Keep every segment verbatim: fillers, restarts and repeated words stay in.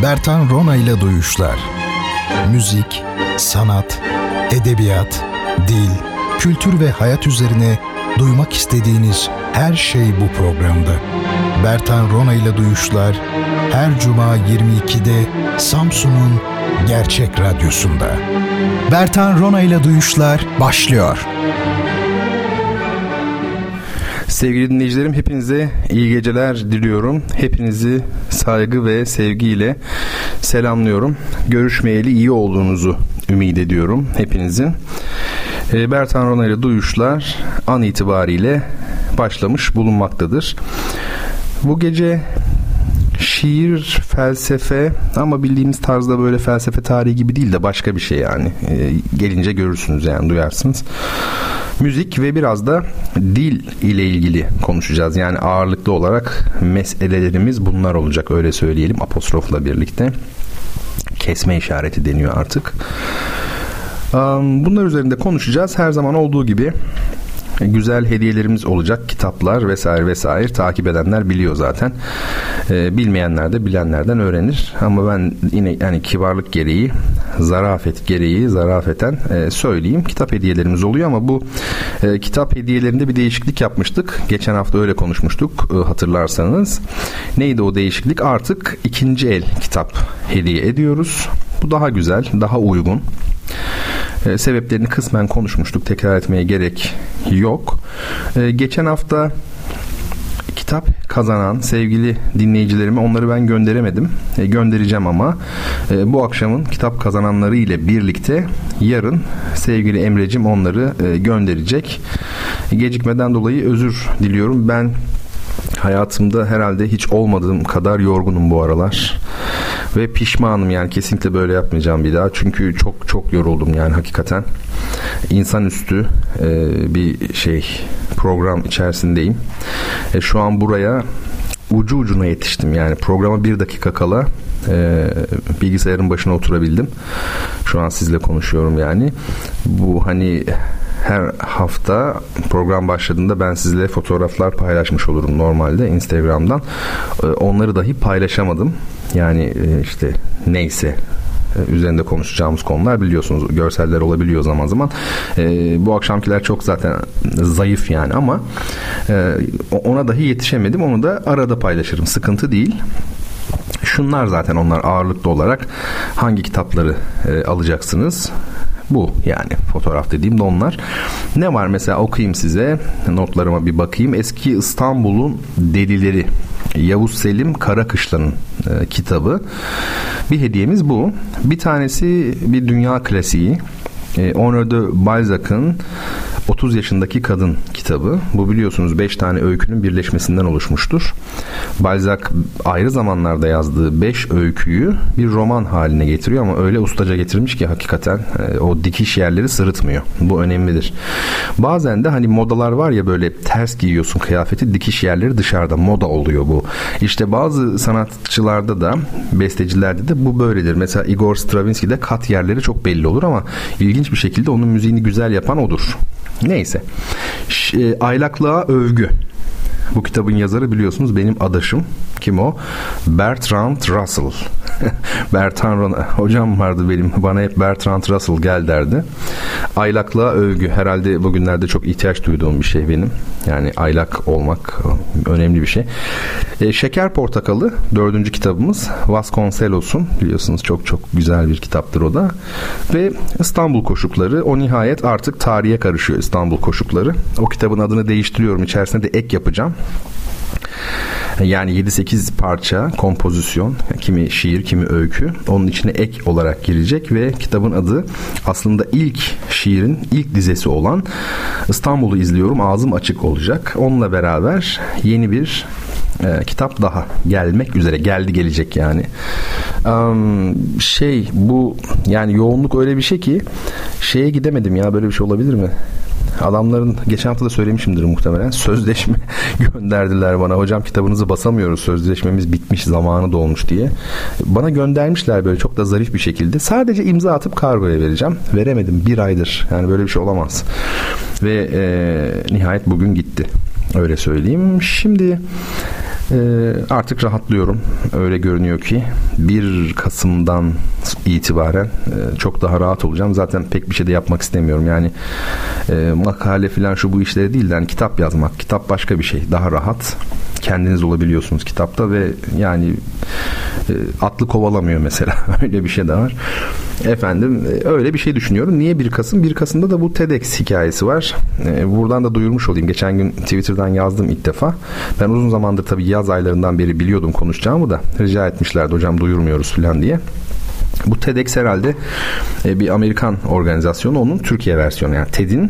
Bertan Rona ile Duyuşlar. Müzik, sanat, edebiyat, dil, kültür ve hayat üzerine duymak istediğiniz her şey bu programda. Bertan Rona ile Duyuşlar her cuma yirmi ikide Samsun'un Gerçek Radyosu'nda. Bertan Rona ile Duyuşlar başlıyor. Sevgili dinleyicilerim, hepinize iyi geceler diliyorum. Hepinizi saygı ve sevgiyle selamlıyorum. Görüşmeyeli iyi olduğunuzu ümit ediyorum hepinizin. Bertan Rona ile Duyuşlar an itibariyle başlamış bulunmaktadır. Bu gece şiir, felsefe ama bildiğimiz tarzda böyle felsefe tarihi gibi değil de başka bir şey yani. E, gelince görürsünüz yani, duyarsınız. Müzik ve biraz da dil ile ilgili konuşacağız. Yani ağırlıklı olarak meselelerimiz bunlar olacak, öyle söyleyelim, apostrofla birlikte. Kesme işareti deniyor artık. Bunlar üzerinde konuşacağız. Her zaman olduğu gibi güzel hediyelerimiz olacak. Kitaplar vesaire vesaire. Takip edenler biliyor zaten. Ee, bilmeyenler de bilenlerden öğrenir. Ama ben yine yani kibarlık gereği, zarafet gereği, zarafeten e, söyleyeyim. Kitap hediyelerimiz oluyor ama bu e, kitap hediyelerinde bir değişiklik yapmıştık. Geçen hafta öyle konuşmuştuk e, hatırlarsanız. Neydi o değişiklik? Artık ikinci el kitap hediye ediyoruz. Bu daha güzel, daha uygun. Ee, sebeplerini kısmen konuşmuştuk. Tekrar etmeye gerek yok. Ee, geçen hafta kitap kazanan sevgili dinleyicilerime, onları ben gönderemedim. E, göndereceğim ama e, bu akşamın kitap kazananları ile birlikte yarın sevgili Emre'cim onları e, gönderecek. Gecikmeden dolayı özür diliyorum. Ben hayatımda herhalde hiç olmadığım kadar yorgunum bu aralar. Ve pişmanım yani, kesinlikle böyle yapmayacağım bir daha. Çünkü çok çok yoruldum yani hakikaten. İnsanüstü e, bir şey program içerisindeyim. E, şu an buraya ucu ucuna yetiştim yani, programa bir dakika kala e, bilgisayarın başına oturabildim. Şu an sizle konuşuyorum yani. Bu hani her hafta program başladığında ben sizle fotoğraflar paylaşmış olurum normalde Instagram'dan. Onları dahi paylaşamadım. Yani işte neyse, üzerinde konuşacağımız konular biliyorsunuz, görseller olabiliyor zaman zaman. Bu akşamkiler çok zaten zayıf yani ama ona dahi yetişemedim. Onu da arada paylaşırım. Sıkıntı değil. Şunlar zaten onlar ağırlıklı olarak hangi kitapları alacaksınız? Bu yani fotoğraf dediğimde onlar. Ne var mesela, okuyayım size, notlarıma bir bakayım. Eski İstanbul'un Delileri, Yavuz Selim Karakışla'nın e, kitabı. Bir hediyemiz bu. Bir tanesi bir dünya klasiği. E, Honoré de Balzac'ın otuz yaşındaki kadın kitabı. Bu biliyorsunuz beş tane öykünün birleşmesinden oluşmuştur. Balzac ayrı zamanlarda yazdığı beş öyküyü bir roman haline getiriyor ama öyle ustaca getirmiş ki hakikaten e, o dikiş yerleri sırıtmıyor. Bu önemlidir. Bazen de hani modalar var ya, böyle ters giyiyorsun kıyafeti, dikiş yerleri dışarıda, moda oluyor bu. İşte bazı sanatçılarda da, bestecilerde de bu böyledir. Mesela Igor Stravinsky'de kat yerleri çok belli olur ama ilginç bir şekilde onun müziğini güzel yapan odur. Neyse. Ş- Aylaklığa Övgü. Bu kitabın yazarı biliyorsunuz benim adaşım. Kim o? Bertrand Russell. Bertrand hocam vardı benim. Bana hep Bertrand Russell gel derdi. Aylaklığa övgü. Herhalde bugünlerde çok ihtiyaç duyduğum bir şey benim. Yani aylak olmak önemli bir şey. E, Şeker Portakalı dördüncü kitabımız. Vasconcelos'un, biliyorsunuz çok çok güzel bir kitaptır o da. Ve İstanbul Koşukları. O nihayet artık tarihe karışıyor, İstanbul Koşukları. O kitabın adını değiştiriyorum. İçerisine de ek yapacağım. Yani yedi sekiz parça kompozisyon, kimi şiir kimi öykü onun içine ek olarak girecek ve kitabın adı aslında ilk şiirin ilk dizesi olan İstanbul'u izliyorum ağzım açık olacak. Onunla beraber yeni bir e, kitap daha gelmek üzere, geldi gelecek yani. Um, şey bu yani yoğunluk öyle bir şey ki şeye gidemedim ya, böyle bir şey olabilir mi? Adamların, geçen hafta da söylemişimdir muhtemelen, sözleşme gönderdiler bana. Hocam kitabınızı basamıyoruz, sözleşmemiz bitmiş, zamanı dolmuş diye. Bana göndermişler böyle çok da zarif bir şekilde. Sadece imza atıp kargoya vereceğim. Veremedim bir aydır. Yani böyle bir şey olamaz. Ve e, nihayet bugün gitti. Öyle söyleyeyim. Şimdi Ee, artık rahatlıyorum. Öyle görünüyor ki bir Kasım'dan itibaren e, çok daha rahat olacağım. Zaten pek bir şey de yapmak istemiyorum. Yani e, makale falan şu bu işleri değil de yani kitap yazmak. Kitap başka bir şey. Daha rahat. Kendiniz olabiliyorsunuz kitapta ve yani e, atlı kovalamıyor mesela. Öyle bir şey de var. Efendim e, öyle bir şey düşünüyorum. Niye bir Kasım? bir Kasım'da da bu TEDx hikayesi var. E, buradan da duyurmuş olayım. Geçen gün Twitter'dan yazdım ilk defa. Ben uzun zamandır tabii yaz aylarından beri biliyordum konuşacağımı da rica etmişlerdi hocam duyurmuyoruz falan diye. Bu TEDx herhalde e, bir Amerikan organizasyonu, onun Türkiye versiyonu, yani TED'in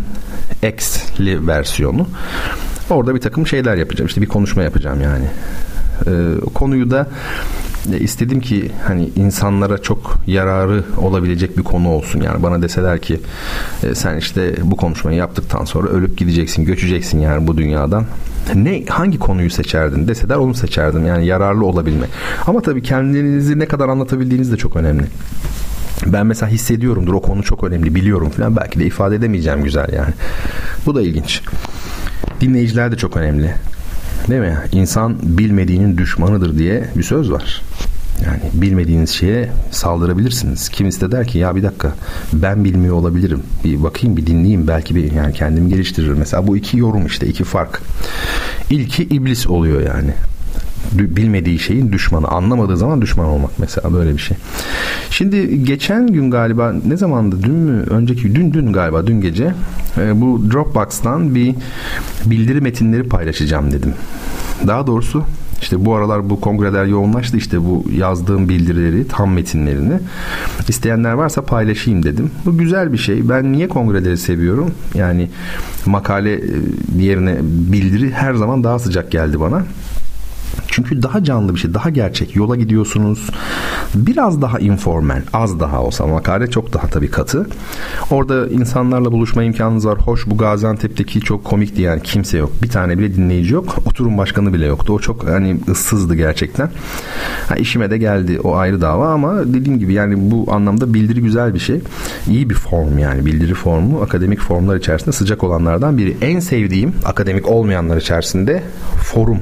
X'li versiyonu. Orada bir takım şeyler yapacağım. İşte bir konuşma yapacağım yani. Ee, konuyu da e, istedim ki hani insanlara çok yararı olabilecek bir konu olsun. Yani bana deseler ki e, sen işte bu konuşmayı yaptıktan sonra ölüp gideceksin, göçeceksin yani bu dünyadan. Ne, hangi konuyu seçerdin deseler onu seçerdim. Yani yararlı olabilmek. Ama tabii kendinizi ne kadar anlatabildiğiniz de çok önemli. Ben mesela hissediyorumdur, o konu çok önemli, biliyorum falan, belki de ifade edemeyeceğim güzel yani. Bu da ilginç. Dinleyiciler de çok önemli. Değil mi? İnsan bilmediğinin düşmanıdır diye bir söz var. Yani bilmediğiniz şeye saldırabilirsiniz. Kimisi de der ki ya bir dakika ben bilmiyor olabilirim. Bir bakayım, bir dinleyeyim, belki bir yani kendimi geliştiririm. Mesela bu iki yorum, işte iki fark. İlki iblis oluyor yani. Bilmediği şeyin düşmanı, anlamadığı zaman düşman olmak mesela, böyle bir şey. Şimdi geçen gün galiba, ne zamandı, dün mü önceki dün dün galiba dün gece e, bu Dropbox'tan bir bildiri metinleri paylaşacağım dedim. Daha doğrusu işte bu aralar bu kongreler yoğunlaştı, işte bu yazdığım bildirileri, tam metinlerini isteyenler varsa paylaşayım dedim. Bu güzel bir şey. Ben niye kongreleri seviyorum? Yani makale yerine bildiri her zaman daha sıcak geldi bana. Çünkü daha canlı bir şey, daha gerçek. Yola gidiyorsunuz. Biraz daha informal, az daha olsa, makale çok daha tabii katı. Orada insanlarla buluşma imkanınız var. Hoş, bu Gaziantep'teki çok komikti yani, kimse yok. Bir tane bile dinleyici yok. Oturum başkanı bile yoktu. O çok hani ıssızdı gerçekten. Ha, işime de geldi, o ayrı dava, ama dediğim gibi yani bu anlamda bildiri güzel bir şey. İyi bir form yani, bildiri formu akademik formlar içerisinde sıcak olanlardan biri. En sevdiğim akademik olmayanlar içerisinde forum.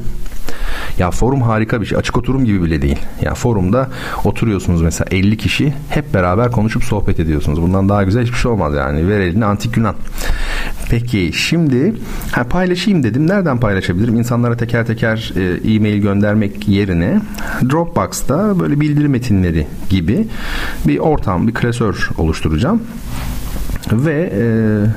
Ya forum harika bir şey. Açık oturum gibi bile değil. Ya forumda oturuyorsunuz mesela elli kişi, hep beraber konuşup sohbet ediyorsunuz. Bundan daha güzel hiçbir şey olmaz yani. Ver elini antik Yunan. Peki şimdi ha, paylaşayım dedim. Nereden paylaşabilirim? İnsanlara teker teker e, e-mail göndermek yerine Dropbox'ta böyle bildiri metinleri gibi bir ortam, bir klasör oluşturacağım. Ve e,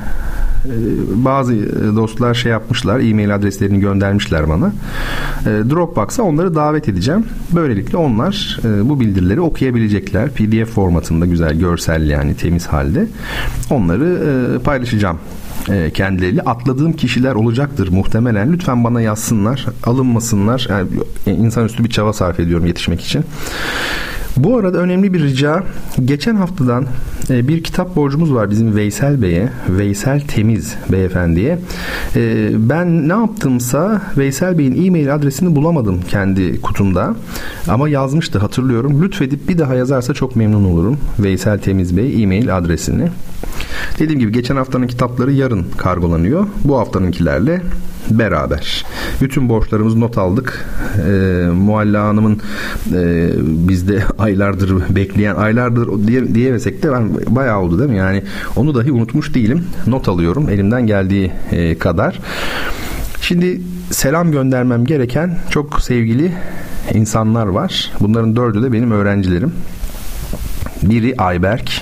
bazı dostlar şey yapmışlar, e-mail adreslerini göndermişler bana. Dropbox'a onları davet edeceğim. Böylelikle onlar bu bildirileri okuyabilecekler. P D F formatında, güzel görsel yani, temiz halde. Onları paylaşacağım kendileriyle. Atladığım kişiler olacaktır muhtemelen. Lütfen bana yazsınlar, alınmasınlar. Yani insanüstü bir çaba sarf ediyorum yetişmek için. Bu arada önemli bir rica. Geçen haftadan e, bir kitap borcumuz var bizim Veysel Bey'e. Veysel Temiz beyefendiye. E, ben ne yaptımsa Veysel Bey'in e-mail adresini bulamadım kendi kutumda. Ama yazmıştı, hatırlıyorum. Lütfedip bir daha yazarsa çok memnun olurum. Veysel Temiz Bey e-mail adresini. Dediğim gibi geçen haftanın kitapları yarın kargolanıyor. Bu haftanınkilerle beraber. Bütün borçlarımızı not aldık. E, Mualla Hanım'ın e, bizde aylardır bekleyen, aylardır diye, diyemesek de ben bayağı oldu değil mi? Yani onu dahi unutmuş değilim. Not alıyorum elimden geldiği e, kadar. Şimdi selam göndermem gereken çok sevgili insanlar var. Bunların dördü de benim öğrencilerim. Biri Ayberk,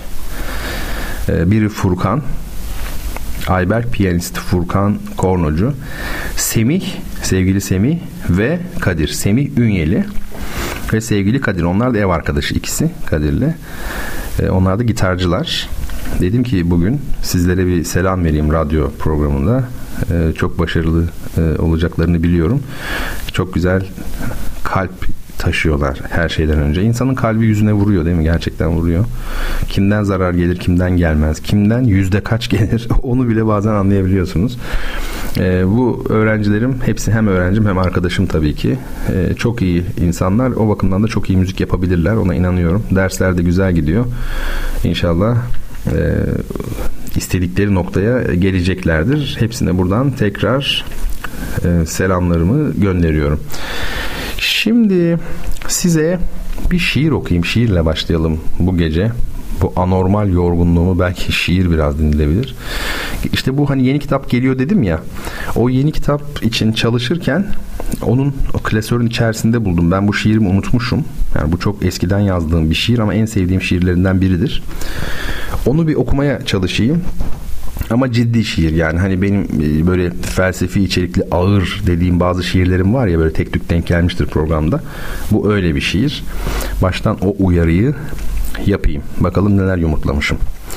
biri Furkan, Ayberk piyanist, Furkan kornocu, Semih, sevgili Semih ve Kadir. Semih Ünyeli ve sevgili Kadir. Onlar da ev arkadaşı ikisi Kadir'le. Onlar da gitarcılar. Dedim ki bugün sizlere bir selam vereyim radyo programında. Çok başarılı olacaklarını biliyorum. Çok güzel kalp taşıyorlar her şeyden önce. İnsanın kalbi yüzüne vuruyor değil mi? Gerçekten vuruyor. Kimden zarar gelir, kimden gelmez, kimden yüzde kaç gelir onu bile bazen anlayabiliyorsunuz. Ee, bu öğrencilerim hepsi hem öğrencim hem arkadaşım tabii ki. Ee, çok iyi insanlar. O bakımdan da çok iyi müzik yapabilirler. Ona inanıyorum. Dersler de güzel gidiyor. İnşallah e, istedikleri noktaya geleceklerdir. Hepsine buradan tekrar e, selamlarımı gönderiyorum. Şimdi size bir şiir okuyayım. Şiirle başlayalım bu gece. Bu anormal yorgunluğumu belki şiir biraz dinleyebilir. İşte bu hani yeni kitap geliyor dedim ya. O yeni kitap için çalışırken onun o klasörün içerisinde buldum. Ben bu şiirimi unutmuşum. Yani bu çok eskiden yazdığım bir şiir ama en sevdiğim şiirlerinden biridir. Onu bir okumaya çalışayım. Ama ciddi şiir, yani hani benim böyle felsefi içerikli ağır dediğim bazı şiirlerim var ya, böyle tek tük denk gelmiştir programda. Bu öyle bir şiir. Baştan o uyarıyı yapayım. Bakalım neler yumurtlamışım.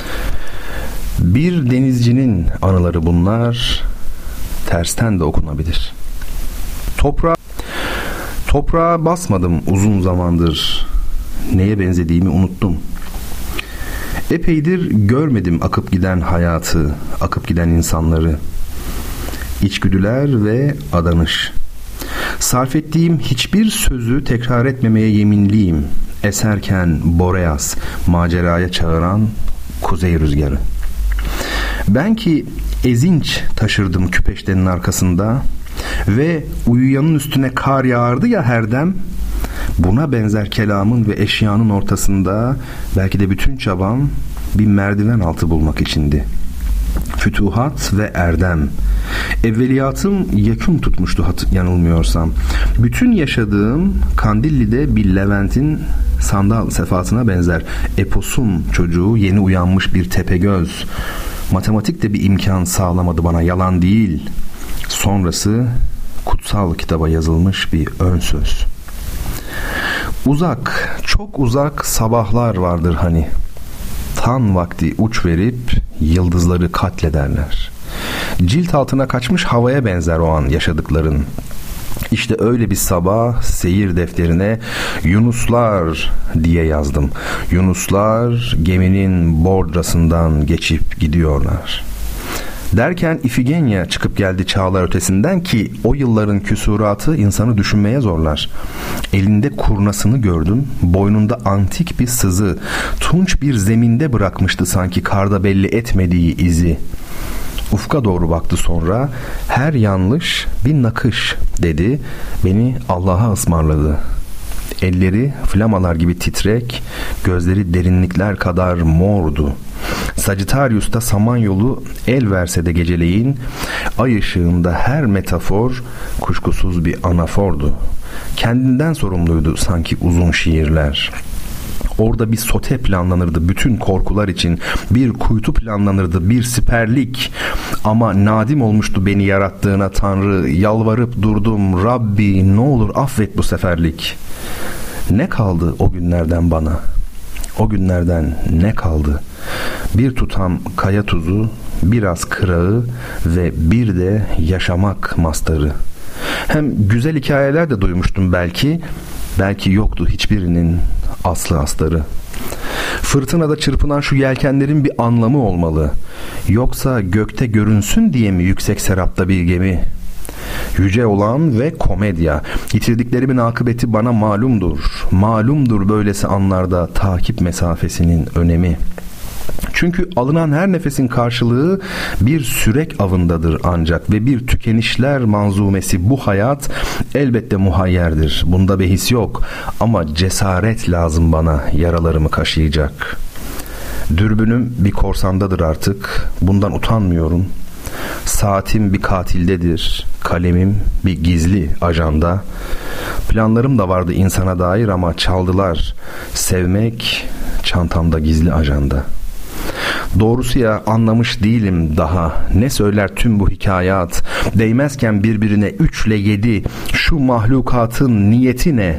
Bir denizcinin anıları bunlar, tersten de okunabilir. Toprağa, toprağa basmadım uzun zamandır. Neye benzediğimi unuttum. Epeydir görmedim akıp giden hayatı, akıp giden insanları. İçgüdüler ve adanış. Sarf ettiğim hiçbir sözü tekrar etmemeye yeminliyim. Eserken Boreas, maceraya çağıran kuzey rüzgarı. Ben ki ezinç taşırdım küpeştenin arkasında ve uyuyanın üstüne kar yağardı ya her dem. Buna benzer kelamın ve eşyanın ortasında belki de bütün çabam bir merdiven altı bulmak içindi. Fütuhat ve erdem. Evveliyatım yakın tutmuştu yanılmıyorsam. Bütün yaşadığım Kandilli'de bir Levent'in sandal sefatına benzer. Eposun çocuğu, yeni uyanmış bir tepegöz. Matematik de bir imkan sağlamadı bana, yalan değil. Sonrası kutsal kitaba yazılmış bir ön söz. Uzak, çok uzak sabahlar vardır hani. Tan vakti uç verip yıldızları katlederler. Cilt altına kaçmış havaya benzer o an yaşadıkların. İşte öyle bir sabah seyir defterine Yunuslar diye yazdım. Yunuslar geminin bordrasından geçip gidiyorlar. Derken İfigenya çıkıp geldi çağlar ötesinden ki o yılların küsuratı insanı düşünmeye zorlar. Elinde kurnasını gördüm, boynunda antik bir sızı, tunç bir zeminde bırakmıştı sanki karda belli etmediği izi. Ufka doğru baktı sonra, her yanlış bir nakış dedi, beni Allah'a ısmarladı. Elleri flamalar gibi titrek, gözleri derinlikler kadar mordu. Sagittarius'ta Samanyolu el verse de geceleyin, ay ışığında her metafor kuşkusuz bir anafordu. Kendinden sorumluydu sanki uzun şiirler. Orada bir sote planlanırdı bütün korkular için, bir kuytu planlanırdı, bir siperlik. Ama nadim olmuştu beni yarattığına Tanrı, yalvarıp durdum, Rabbi ne olur affet bu seferlik. Ne kaldı o günlerden bana? O günlerden ne kaldı? Bir tutam kaya tuzu, biraz kırağı ve bir de yaşamak mastarı. Hem güzel hikayeler de duymuştum belki, belki yoktu hiçbirinin aslı astarı. Fırtınada çırpınan şu yelkenlerin bir anlamı olmalı. Yoksa gökte görünsün diye mi yüksek serapta bir gemi? Yüce olan ve komedya. Yitirdiklerimin akıbeti bana malumdur. Malumdur böylesi anlarda takip mesafesinin önemi. Çünkü alınan her nefesin karşılığı bir sürek avındadır ancak ve bir tükenişler manzumesi bu hayat elbette muhayyerdir. Bunda behis yok ama cesaret lazım bana yaralarımı kaşıyacak. Dürbünüm bir korsandadır artık, bundan utanmıyorum. Saatim bir katildedir, kalemim bir gizli ajanda. Planlarım da vardı insana dair ama çaldılar. Sevmek çantamda gizli ajanda. Doğrusu ya anlamış değilim daha. Ne söyler tüm bu hikayat? Değmezken birbirine üçle yedi. Şu mahlukatın niyeti ne?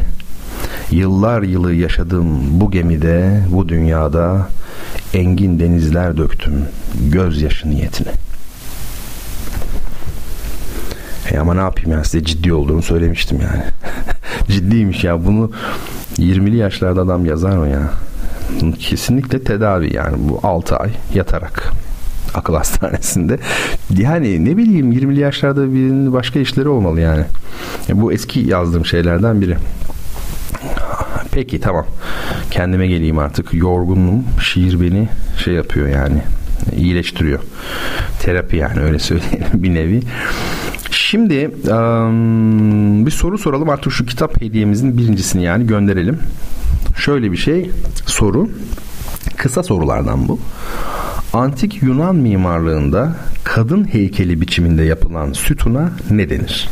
Yıllar yılı yaşadım bu gemide, bu dünyada. Engin denizler döktüm gözyaşı niyetine. E ama ne yapayım ya, size ciddi olduğunu söylemiştim yani. Ciddiymiş ya, bunu yirmili yaşlarda adam yazar mı ya? Kesinlikle tedavi yani, bu altı ay yatarak akıl hastanesinde. Yani ne bileyim, yirmili yaşlarda birinin başka işleri olmalı yani. yani bu eski yazdığım şeylerden biri. Peki tamam, kendime geleyim artık. Yorgunluğum, şiir beni şey yapıyor yani, iyileştiriyor. Terapi yani, öyle söyleyelim bir nevi. Şimdi Şimdi um, bir soru soralım artık şu kitap hediyemizin birincisini yani gönderelim. Şöyle bir şey soru. Kısa sorulardan bu. Antik Yunan mimarlığında kadın heykeli biçiminde yapılan sütuna ne denir?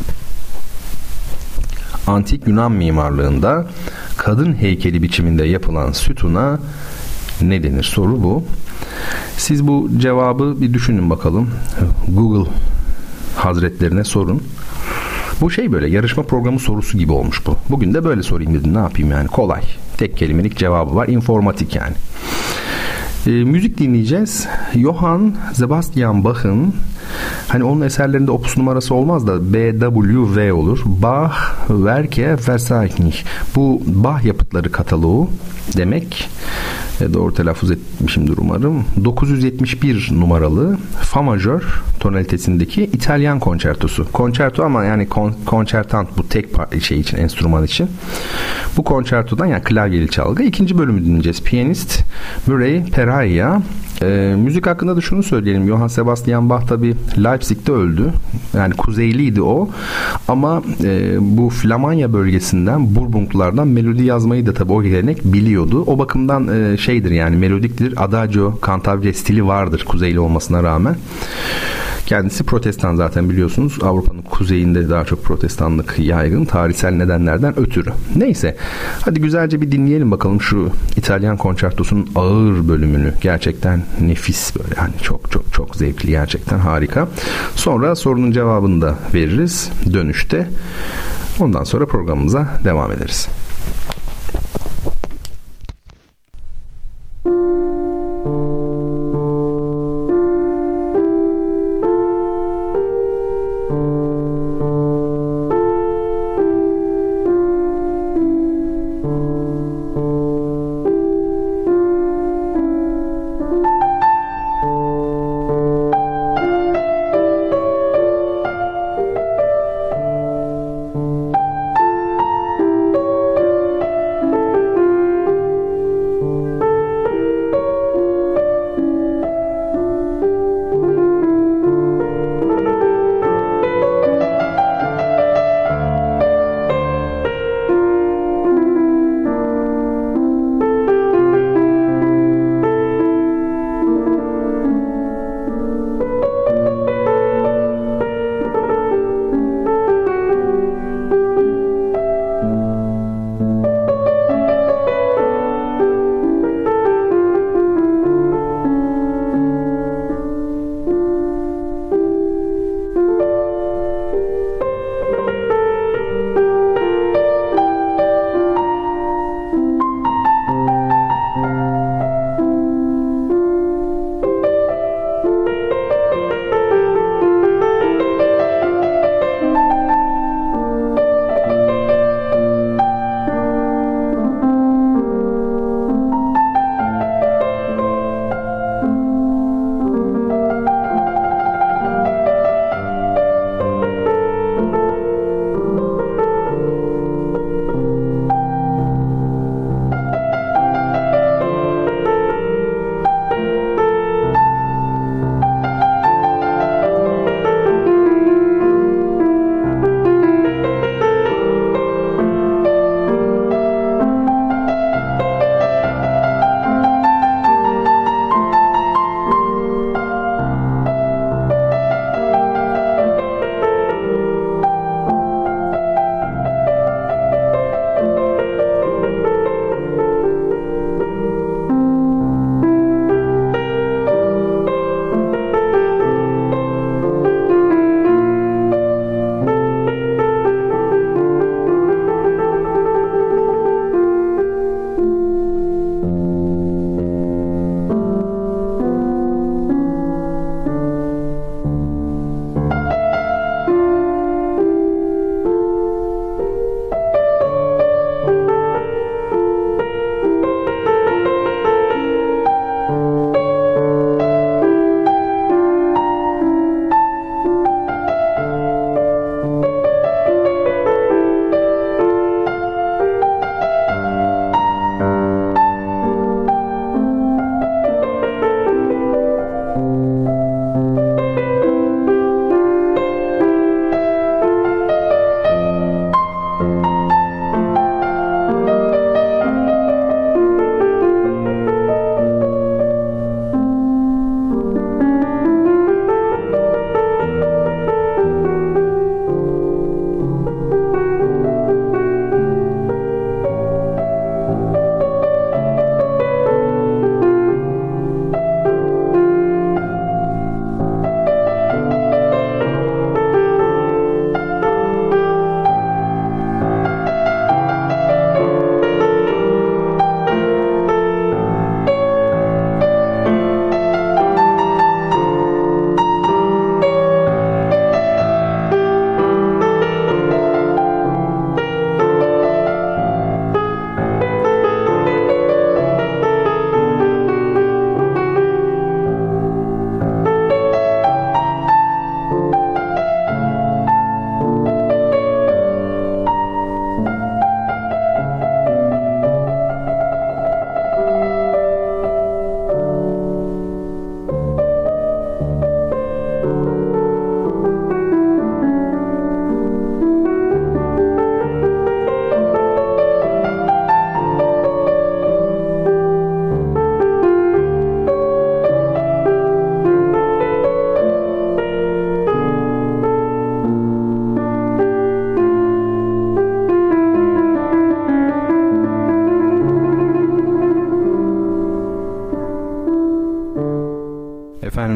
Antik Yunan mimarlığında kadın heykeli biçiminde yapılan sütuna ne denir? Soru bu. Siz bu cevabı bir düşünün bakalım. Google Hazretlerine sorun. Bu şey böyle yarışma programı sorusu gibi olmuş bu. Bugün de böyle sorayım dedim. Ne yapayım yani? Kolay. Tek kelimelik cevabı var. İnformatik yani. E, müzik dinleyeceğiz. Johann Sebastian Bach'ın, hani onun eserlerinde opus numarası olmaz da B W V olur. Bach Werke Verzeichnis. Bu Bach yapıtları kataloğu demek. E, doğru telaffuz etmişimdir umarım. dokuz yüz yetmiş bir numaralı Fa majör tonalitesindeki İtalyan konçertosu. Konçerto ama yani kon, konçertant bu tek şey için, enstrüman için. Bu konçertodan yani klavyeli çalgı. İkinci bölümü dinleyeceğiz. Piyanist Murray Perahia. E, müzik hakkında da şunu söyleyelim. Johann Sebastian Bach tabi Leipzig'te öldü. Yani kuzeyliydi o. Ama e, bu Flamanya bölgesinden, Burgundlardan melodi yazmayı da tabi o gelenek biliyordu. O bakımdan e, şeydir yani melodiktir. Adagio, Cantabria stili vardır kuzeyli olmasına rağmen. Kendisi protestan zaten biliyorsunuz. Avrupa'nın kuzeyinde daha çok protestanlık yaygın tarihsel nedenlerden ötürü. Neyse. Hadi güzelce bir dinleyelim bakalım şu İtalyan konçertosunun ağır bölümünü. Gerçekten nefis böyle. Hani çok çok çok zevkli, gerçekten harika. Sonra sorunun cevabını da veririz dönüşte. Ondan sonra programımıza devam ederiz.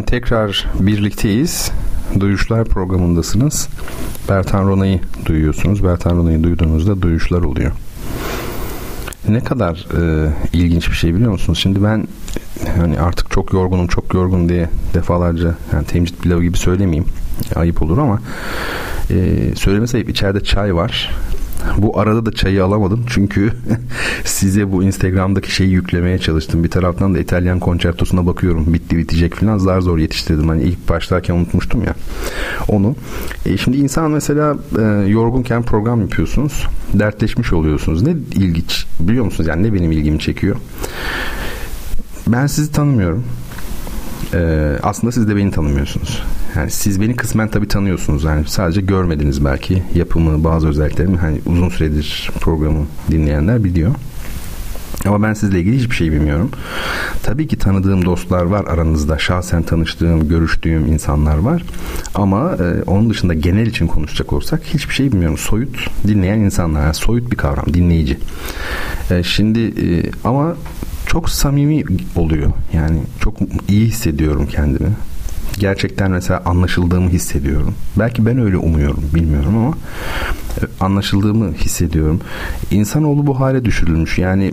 tekrar birlikteyiz. Duyuşlar programındasınız. Bertan Rona'yı duyuyorsunuz. Bertan Rona'yı duyduğunuzda duyuşlar oluyor. Ne kadar e, ilginç bir şey biliyor musunuz? Şimdi ben hani artık çok yorgunum, çok yorgun diye defalarca yani temcit pilavı gibi söylemeyeyim. Ayıp olur ama e, söylemesi ayıp. İçeride çay var. Bu arada da çayı alamadım çünkü size bu Instagram'daki şeyi yüklemeye çalıştım. Bir taraftan da İtalyan konçertosuna bakıyorum. Bitti bitecek falan, zar zor yetiştirdim. Hani ilk başlarken unutmuştum ya onu. E şimdi insan mesela e, yorgunken program yapıyorsunuz. Dertleşmiş oluyorsunuz. Ne ilginç biliyor musunuz? Yani ne benim ilgimi çekiyor? Ben sizi tanımıyorum. Ee, aslında siz de beni tanımıyorsunuz. Yani siz beni kısmen tabii tanıyorsunuz. Yani sadece görmediniz belki yapımı, bazı özelliklerimi. Hani uzun süredir programı dinleyenler biliyor. Ama ben sizle ilgili hiçbir şey bilmiyorum. Tabii ki tanıdığım dostlar var aranızda. Şahsen tanıştığım, görüştüğüm insanlar var. Ama e, onun dışında genel için konuşacak olursak hiçbir şey bilmiyorum. Soyut dinleyen insanlar. Yani soyut bir kavram, dinleyici. E, şimdi e, ama çok samimi oluyor. Yani çok iyi hissediyorum kendimi. Gerçekten mesela anlaşıldığımı hissediyorum. Belki ben öyle umuyorum, bilmiyorum ama anlaşıldığımı hissediyorum. İnsanoğlu bu hale düşürülmüş. Yani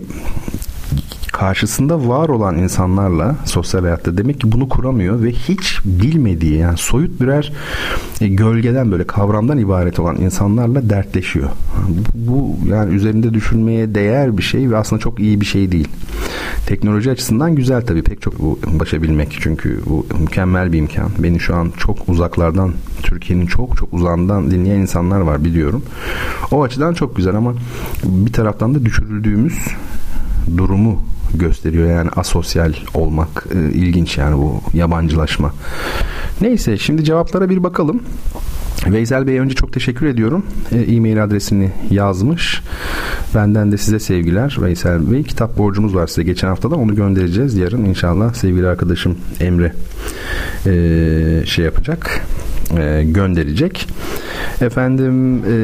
karşısında var olan insanlarla sosyal hayatta demek ki bunu kuramıyor ve hiç bilmediği, yani soyut birer e, gölgeden, böyle kavramdan ibaret olan insanlarla dertleşiyor. Bu, bu yani üzerinde düşünmeye değer bir şey ve aslında çok iyi bir şey değil. Teknoloji açısından güzel tabii, pek çok ulaşabilmek, çünkü bu mükemmel bir imkan. Beni şu an çok uzaklardan, Türkiye'nin çok çok uzağından dinleyen insanlar var, biliyorum. O açıdan çok güzel ama bir taraftan da düşürüldüğümüz durumu gösteriyor. Yani asosyal olmak e, ilginç, yani bu yabancılaşma. Neyse, şimdi cevaplara bir bakalım. Veysel Bey'e önce çok teşekkür ediyorum. E, e-mail adresini yazmış. Benden de size sevgiler Veysel Bey. Kitap borcumuz var size geçen haftadan, onu göndereceğiz. Yarın inşallah sevgili arkadaşım Emre e, şey yapacak, e, gönderecek. Efendim e,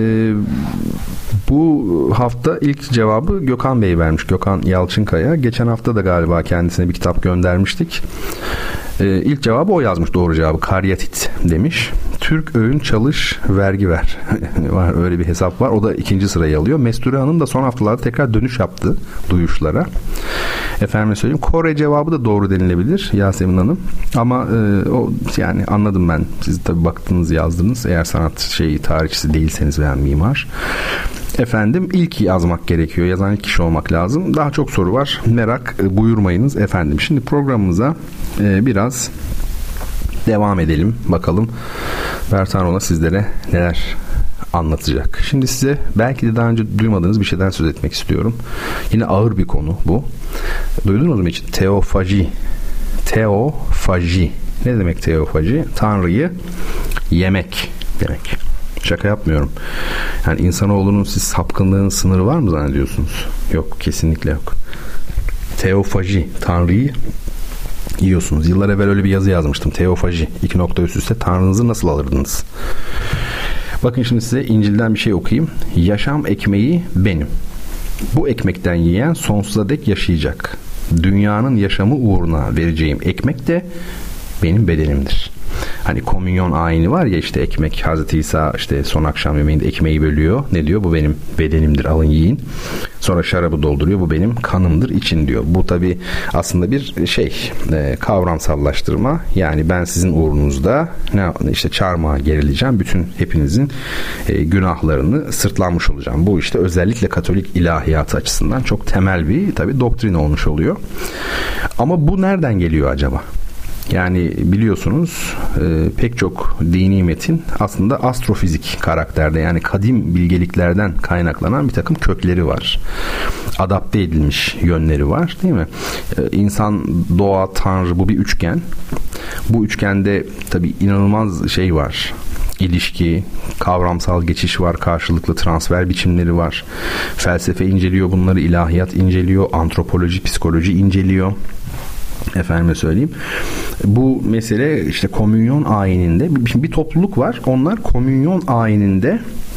bu hafta ilk cevabı Gökhan Bey vermiş. Gökhan Yalçınkaya. Geçen hafta da galiba kendisine bir kitap göndermiştik. Ee, ilk cevabı o yazmış, doğru cevabı. Karyatit demiş. Türk öğün çalış vergi ver. Var öyle bir hesap var. O da ikinci sırayı alıyor. Mesture Hanım da son haftalarda tekrar dönüş yaptı duyuşlara. Efendim söyleyeyim, Kore cevabı da doğru denilebilir Yasemin Hanım. Ama e, o yani anladım ben. Siz tabii baktınız, yazdınız. Eğer sanat şeyi tarihçisi değilseniz veya mimar. Efendim ilk yazmak gerekiyor. Yazan ilk kişi olmak lazım. Daha çok soru var. Merak buyurmayınız efendim. Şimdi programımıza e, biraz devam edelim. Bakalım Bertan Rona sizlere neler anlatacak. Şimdi size belki de daha önce duymadığınız bir şeyden söz etmek istiyorum. Yine ağır bir konu bu. Duydunuz mu hiç? Teofaji. Teofaji. Ne demek teofaji? Tanrı'yı yemek demek. Şaka yapmıyorum. Yani insanoğlunun siz sapkınlığın sınırı var mı zannediyorsunuz? Yok, kesinlikle yok. Teofaji, Tanrı'yı yiyorsunuz. Yıllar evvel öyle bir yazı yazmıştım. Teofaji, iki nokta üst üste Tanrınızı nasıl alırdınız? Bakın şimdi size İncil'den bir şey okuyayım. Yaşam ekmeği benim. Bu ekmekten yiyen sonsuza dek yaşayacak. Dünyanın yaşamı uğruna vereceğim ekmek de benim bedenimdir. Hani komünyon ayini var ya, işte ekmek, Hazreti İsa işte son akşam yemeğinde ekmeği bölüyor. Ne diyor? Bu benim bedenimdir, alın yiyin. Sonra şarabı dolduruyor. Bu benim kanımdır, için diyor. Bu tabi aslında bir şey, e, kavramsallaştırma. Yani ben sizin uğrunuzda ne işte çarmıha gerileceğim. Bütün hepinizin e, günahlarını sırtlanmış olacağım. Bu işte özellikle Katolik ilahiyatı açısından çok temel bir tabi doktrin olmuş oluyor. Ama bu nereden geliyor acaba? Yani biliyorsunuz e, pek çok dini metin aslında astrofizik karakterde, yani kadim bilgeliklerden kaynaklanan bir takım kökleri var. Adapte edilmiş yönleri var, değil mi? E, insan, doğa, tanrı, bu bir üçgen. Bu üçgende tabii inanılmaz şey var. İlişki, kavramsal geçiş var, karşılıklı transfer biçimleri var. Felsefe inceliyor bunları, ilahiyat inceliyor, antropoloji, psikoloji inceliyor. Efendime söyleyeyim. Bu mesele işte komünyon ayininde bir, bir topluluk var. Onlar komünyon ayininde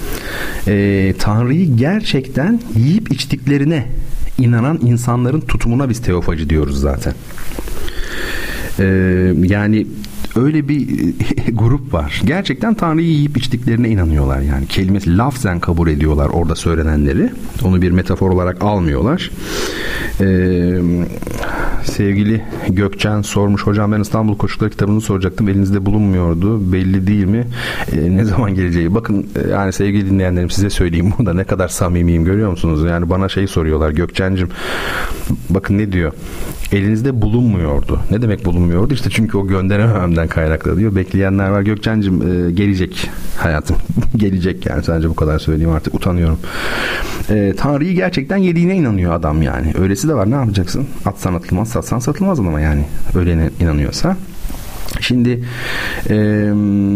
e, Tanrı'yı gerçekten yiyip içtiklerine inanan insanların tutumuna biz teofacı diyoruz zaten. E, yani öyle bir grup var. Gerçekten Tanrı'yı yiyip içtiklerine inanıyorlar yani. Kelimesi lafzen kabul ediyorlar orada söylenenleri. Onu bir metafor olarak almıyorlar. Ee, sevgili Gökçen sormuş, hocam ben İstanbul Koşukları kitabını soracaktım. Elinizde bulunmuyordu. Belli değil mi? Ee, ne zaman geleceği? Bakın yani sevgili dinleyenlerim, size söyleyeyim burada ne kadar samimiyim, görüyor musunuz? Yani bana şey soruyorlar, Gökçen'cim bakın ne diyor? Elinizde bulunmuyordu. Ne demek bulunmuyordu? İşte çünkü o gönderemememden kaynaklı diyor. Bekleyenler var. Gökçen'cim e, gelecek hayatım. Gelecek yani. Sadece bu kadar söyleyeyim, artık utanıyorum. E, Tanrı'yı gerçekten yediğine inanıyor adam yani. Öylesi de var. Ne yapacaksın? Atsan atılmaz, satsan satılmaz ama yani. Öyle inanıyorsa. Şimdi e,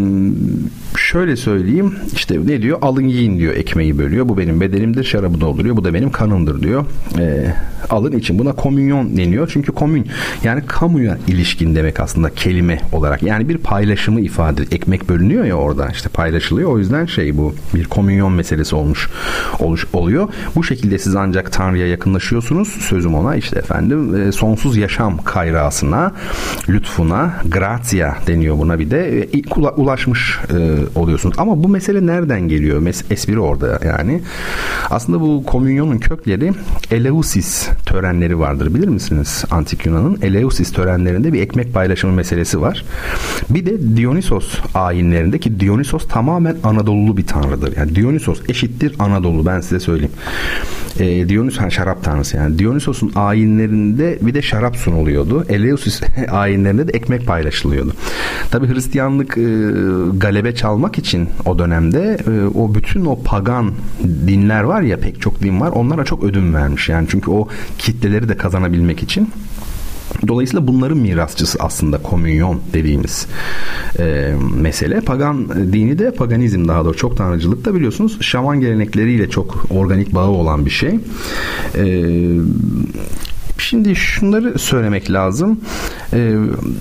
şöyle söyleyeyim, işte ne diyor? Alın yiyin diyor, ekmeği bölüyor. Bu benim bedenimdir, şarabı dolduruyor. Bu da benim kanımdır diyor. E, alın için. Buna komünyon deniyor. Çünkü komün yani kamuya ilişkin demek aslında kelime olarak. Yani bir paylaşımı ifade. Ekmek bölünüyor ya orada, işte paylaşılıyor. O yüzden şey, bu bir komünyon meselesi olmuş oluş, oluyor. Bu şekilde siz ancak Tanrı'ya yakınlaşıyorsunuz. Sözüm ona işte efendim e, sonsuz yaşam kayrasına, lütfuna, gratia deniyor buna bir de. E, ulaşmış e, oluyorsunuz. Ama bu mesele nereden geliyor? Mes- espri orada yani. Aslında bu komünyonun kökleri Eleusis törenleri vardır. Bilir misiniz? Antik Yunan'ın Eleusis törenlerinde bir ekmek paylaşımı meselesi var. Bir de Dionysos ayinlerinde, ki Dionysos tamamen Anadolulu bir tanrıdır. Yani Dionysos eşittir Anadolu, ben size söyleyeyim. E, Dionysos ha, şarap tanrısı yani. Dionysos'un ayinlerinde bir de şarap sunuluyordu. Eleusis ayinlerinde de ekmek paylaşılıyordu. Tabii Hristiyanlık e, galebe çalmak için o dönemde e, o bütün o pagan dinler var ya, pek çok din var, onlara çok ödün vermiş yani, çünkü o kitleleri de kazanabilmek için. Dolayısıyla bunların mirasçısı aslında komünyon dediğimiz e, mesele. Pagan dini de, paganizm daha doğrusu, çok tanrıcılık da biliyorsunuz şaman gelenekleriyle çok organik bağı olan bir şey. E, şimdi şunları söylemek lazım. E,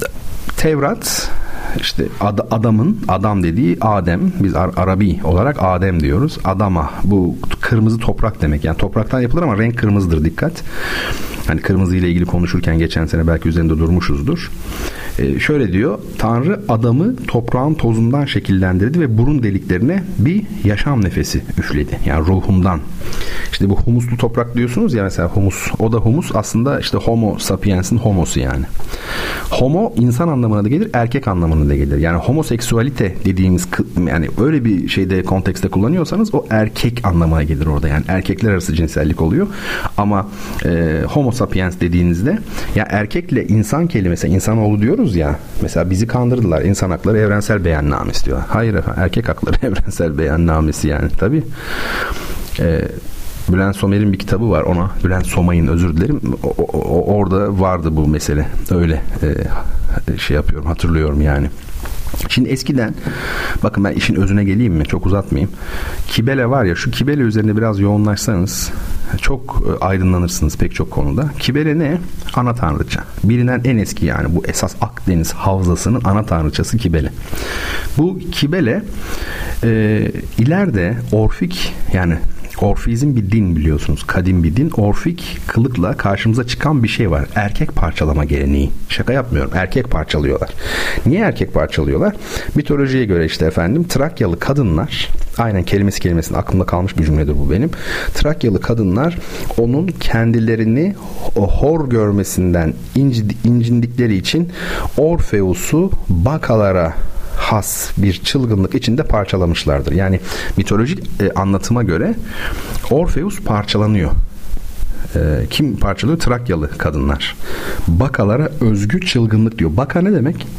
Tevrat, İşte ad, adamın, adam dediği Adem, biz Ar- Arabi olarak Adem diyoruz. Adama, bu kırmızı toprak demek. Yani topraktan yapılır ama renk kırmızıdır, dikkat. Hani kırmızı ile ilgili konuşurken geçen sene belki üzerinde durmuşuzdur. Ee, şöyle diyor, Tanrı adamı toprağın tozundan şekillendirdi ve burun deliklerine bir yaşam nefesi üfledi. Yani ruhundan. İşte bu humuslu toprak diyorsunuz ya, mesela humus. O da humus aslında işte homo sapiens'in homosu yani. Homo insan anlamına da gelir, erkek anlamına da gelir. Yani homoseksüalite dediğimiz, yani öyle bir şeyde, kontekste kullanıyorsanız o erkek anlamına gelir orada. Yani erkekler arası cinsellik oluyor. Ama e, homo sapiens dediğinizde ya erkekle insan kelimesi, insanoğlu diyoruz ya, mesela bizi kandırdılar. İnsan hakları evrensel beyannamesi diyor. Hayır efendim, erkek hakları evrensel beyannamesi yani. Tabii. Eee Bülent Somer'in bir kitabı var, ona Bülent Somay'ın, özür dilerim, o, o, orada vardı bu mesele, öyle e, şey yapıyorum, hatırlıyorum yani. Şimdi eskiden, bakın ben işin özüne geleyim mi, çok uzatmayayım. Kibele var ya, şu Kibele üzerine biraz yoğunlaşsanız çok aydınlanırsınız pek çok konuda. Kibele ne? Ana tanrıça. Bilinen en eski, yani bu esas Akdeniz havzasının ana tanrıçası Kibele. Bu Kibele e, ileride Orfik, yani Orfizm bir din biliyorsunuz. Kadim bir din. Orfik kılıkla karşımıza çıkan bir şey var. Erkek parçalama geleneği. Şaka yapmıyorum. Erkek parçalıyorlar. Niye erkek parçalıyorlar? Mitolojiye göre işte efendim Trakyalı kadınlar, aynen kelimesi kelimesinin aklımda kalmış bir cümledir bu benim. Trakyalı kadınlar onun kendilerini hor görmesinden incindikleri için Orfeus'u bakalara has bir çılgınlık içinde parçalamışlardır. Yani mitolojik e, anlatıma göre Orfeus parçalanıyor. E, kim parçalıyor? Trakyalı kadınlar. Bakalara özgü çılgınlık diyor. Baka ne demek?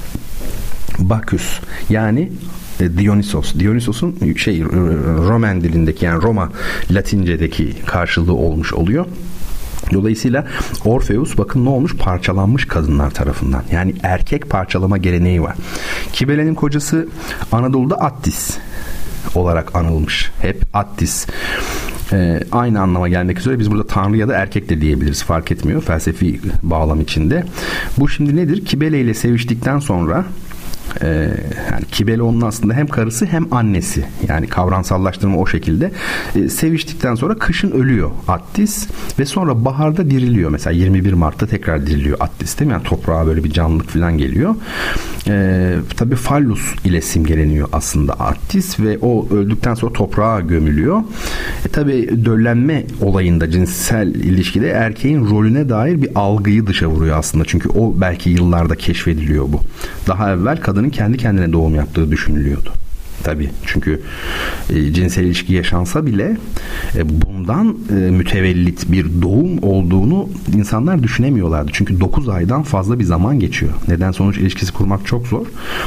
Baküs. Yani e, Dionysos. Dionysos'un şey Roman dilindeki, yani Roma Latince'deki karşılığı olmuş oluyor. Dolayısıyla Orfeus bakın ne olmuş? Parçalanmış kadınlar tarafından. Yani erkek parçalama geleneği var. Kibele'nin kocası Anadolu'da Attis olarak anılmış. Hep Attis. Ee, aynı anlama gelmek üzere biz burada tanrı ya da erkek de diyebiliriz. Fark etmiyor felsefi bağlam içinde. Bu şimdi nedir? Kibele ile seviştikten sonra Ee, yani Kibele onun aslında hem karısı hem annesi. Yani kavramsallaştırma o şekilde. Ee, seviştikten sonra kışın ölüyor Attis ve sonra baharda diriliyor. Mesela yirmi bir Mart'ta tekrar diriliyor Attis, değil mi? Yani toprağa böyle bir canlılık falan geliyor. Ee, tabii Fallus ile simgeleniyor aslında Attis ve o öldükten sonra toprağa gömülüyor. E, tabii döllenme olayında, cinsel ilişkide erkeğin rolüne dair bir algıyı dışa vuruyor aslında. Çünkü o belki yıllarda keşfediliyor bu. Daha evvel kadının kendi kendine doğum yaptığı düşünülüyordu. Tabii çünkü e, cinsel ilişki yaşansa bile e, bundan e, mütevellit bir doğum olduğunu insanlar düşünemiyorlardı. Çünkü dokuz aydan fazla bir zaman geçiyor. Neden sonuç ilişkisi kurmak çok zor.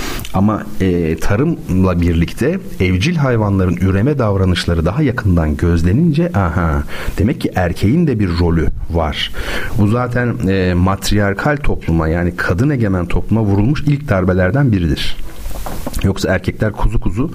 Ama e, tarımla birlikte evcil hayvanların üreme davranışları daha yakından gözlenince aha, demek ki erkeğin de bir rolü var. Bu zaten e, matriarkal topluma, yani kadın egemen topluma vurulmuş ilk darbelerden biridir. Yoksa erkekler kuzu kuzu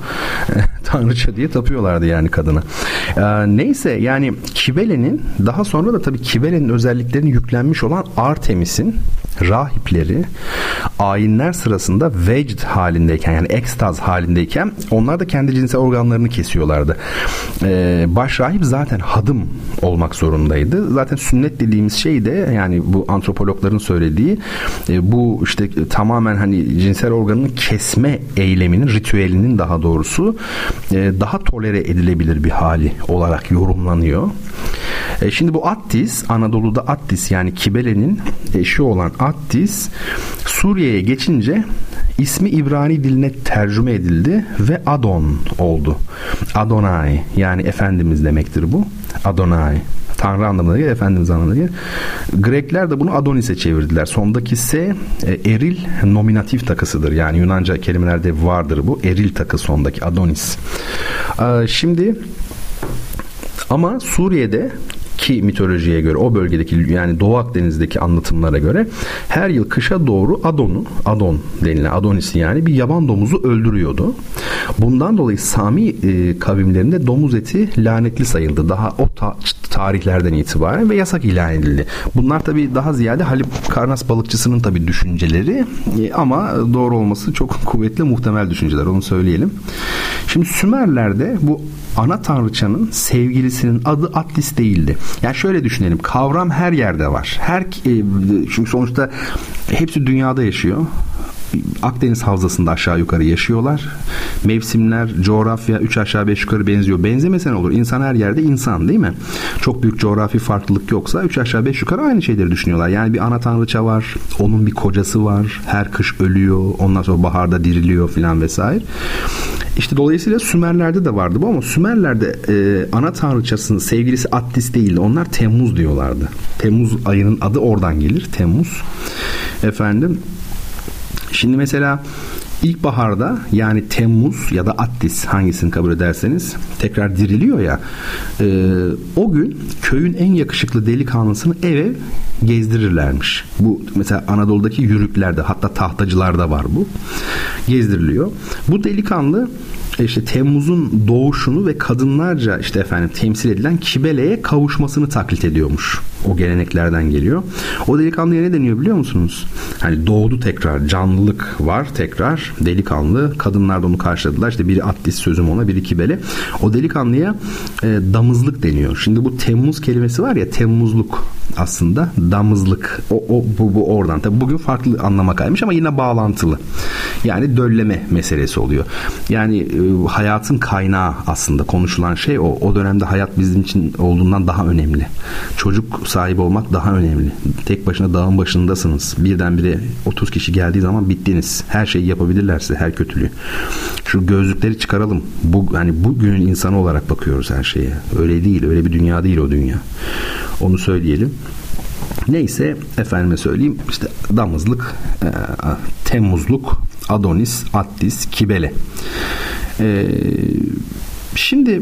tanrıça diye tapıyorlardı yani kadına. Ee, neyse yani Kibele'nin daha sonra da tabii Kibele'nin özelliklerini yüklenmiş olan Artemis'in rahipleri ayinler sırasında vecd halindeyken, yani ekstaz halindeyken onlar da kendi cinsel organlarını kesiyorlardı. Ee, baş rahip zaten hadım olmak zorundaydı. Zaten sünnet dediğimiz şey de, yani bu antropologların söylediği e, bu işte tamamen hani cinsel organını kesme eyleminin, ritüelinin daha doğrusu e, daha tolere edilebilir bir hali olarak yorumlanıyor. E, şimdi bu Attis, Anadolu'da Attis yani Kibele'nin eşi olan Attis Suriye'ye geçince ismi İbrani diline tercüme edildi ve Adon oldu. Adonai yani Efendimiz demektir bu. Adonai. Tanrı anlamına gelir, Efendimiz anlamına gelir. Grekler de bunu Adonis'e çevirdiler. Sondaki S e, eril nominatif takısıdır. Yani Yunanca kelimelerde vardır bu. Eril takı sondaki Adonis. E, şimdi ama Suriye'de ki mitolojiye göre, o bölgedeki yani Doğu Akdeniz'deki anlatımlara göre her yıl kışa doğru Adon'u, Adon denilen Adonis'i yani bir yaban domuzu öldürüyordu. Bundan dolayı Sami e, kavimlerinde domuz eti lanetli sayıldı. Daha o ta- tarihlerden itibaren ve yasak ilan edildi. Bunlar tabii daha ziyade Halikarnas balıkçısının tabii düşünceleri e, ama doğru olması çok kuvvetli muhtemel düşünceler, onu söyleyelim. Şimdi Sümerler'de bu ana tanrıçanın sevgilisinin adı Attis değildi. Yani şöyle düşünelim. Kavram her yerde var. Her çünkü sonuçta hepsi dünyada yaşıyor. Akdeniz havzasında aşağı yukarı yaşıyorlar. Mevsimler, coğrafya üç aşağı beş yukarı benziyor. Benzemese ne olur? İnsan her yerde insan, değil mi? Çok büyük coğrafi farklılık yoksa üç aşağı beş yukarı aynı şeyleri düşünüyorlar. Yani bir ana tanrıça var. Onun bir kocası var. Her kış ölüyor. Ondan sonra baharda diriliyor filan vesaire. İşte dolayısıyla Sümerler'de de vardı bu, ama Sümerler'de e, ana tanrıçasının sevgilisi Attis değildi. Onlar Temmuz diyorlardı. Temmuz ayının adı oradan gelir. Temmuz. Efendim şimdi mesela ilkbaharda, yani Temmuz ya da Attis, hangisini kabul ederseniz, tekrar diriliyor ya, e, o gün köyün en yakışıklı delikanlısını eve gezdirirlermiş. Bu mesela Anadolu'daki yürüklerde, hatta tahtacılarda var bu. Gezdiriliyor. Bu delikanlı işte Temmuz'un doğuşunu ve kadınlarca işte efendim temsil edilen Kibele'ye kavuşmasını taklit ediyormuş. O geleneklerden geliyor. O delikanlıya ne deniyor biliyor musunuz? Hani doğdu tekrar, canlılık var tekrar, delikanlı. Kadınlar da onu karşıladılar. İşte biri Attis sözüm ona, biri Kibele. O delikanlıya e, damızlık deniyor. Şimdi bu Temmuz kelimesi var ya, Temmuzluk aslında damızlık. O, o bu, bu oradan. Tabii bugün farklı anlama kaymış ama yine bağlantılı. Yani dölleme meselesi oluyor. Yani e, hayatın kaynağı aslında konuşulan şey o. O dönemde hayat bizim için olduğundan daha önemli. Çocuk sahibi olmak daha önemli. Tek başına dağın başındasınız. Birdenbire otuz kişi geldiği zaman bittiniz. Her şeyi yapabilirlerse, her kötülüğü. Şu gözlükleri çıkaralım. Bu hani bugünün insanı olarak bakıyoruz her şeye. Öyle değil. Öyle bir dünya değil o dünya. Onu söyleyelim. Neyse efendime söyleyeyim, işte damızlık, e, Temmuzluk, Adonis, Attis, Kibele. E, şimdi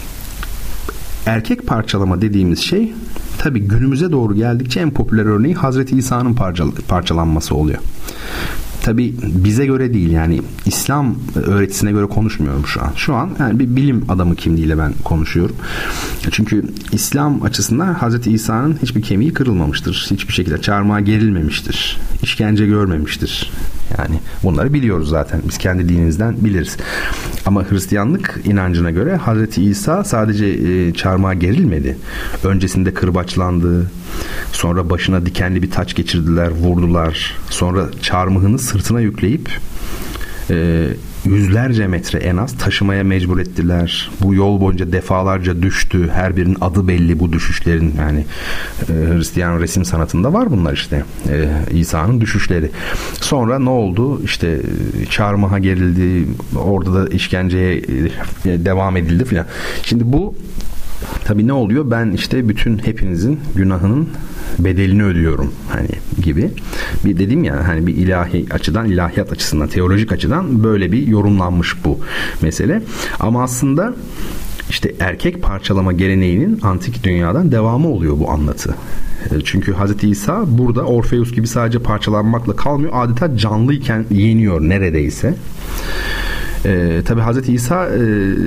erkek parçalama dediğimiz şey tabii günümüze doğru geldikçe en popüler örneği Hazreti İsa'nın parçal- parçalanması oluyor. Tabii bize göre değil, yani İslam öğretisine göre konuşmuyorum şu an. Şu an yani bir bilim adamı kimliğiyle ben konuşuyorum. Çünkü İslam açısından Hazreti İsa'nın hiçbir kemiği kırılmamıştır. Hiçbir şekilde çarmıha gerilmemiştir. İşkence görmemiştir. Yani bunları biliyoruz zaten. Biz kendi dinimizden biliriz. Ama Hristiyanlık inancına göre Hazreti İsa sadece e, çarmıha gerilmedi. Öncesinde kırbaçlandı. Sonra başına dikenli bir taç geçirdiler, vurdular. Sonra çarmıhını sırtına yükleyip e, yüzlerce metre en az taşımaya mecbur ettiler. Bu yol boyunca defalarca düştü. Her birinin adı belli bu düşüşlerin. Yani e, Hristiyan resim sanatında var bunlar işte. E, İsa'nın düşüşleri. Sonra ne oldu? İşte çarmıha gerildi. Orada da işkenceye e, devam edildi filan. Şimdi bu tabii ne oluyor? Ben işte bütün hepinizin günahının bedelini ödüyorum hani gibi. Bir dedim ya hani bir ilahi açıdan, ilahiyat açısından, teolojik açıdan böyle bir yorumlanmış bu mesele. Ama aslında işte erkek parçalama geleneğinin antik dünyadan devamı oluyor bu anlatı. Çünkü Hazreti İsa burada Orfeus gibi sadece parçalanmakla kalmıyor. Adeta canlıyken yeniyor neredeyse. Ee, tabii Hazreti İsa e,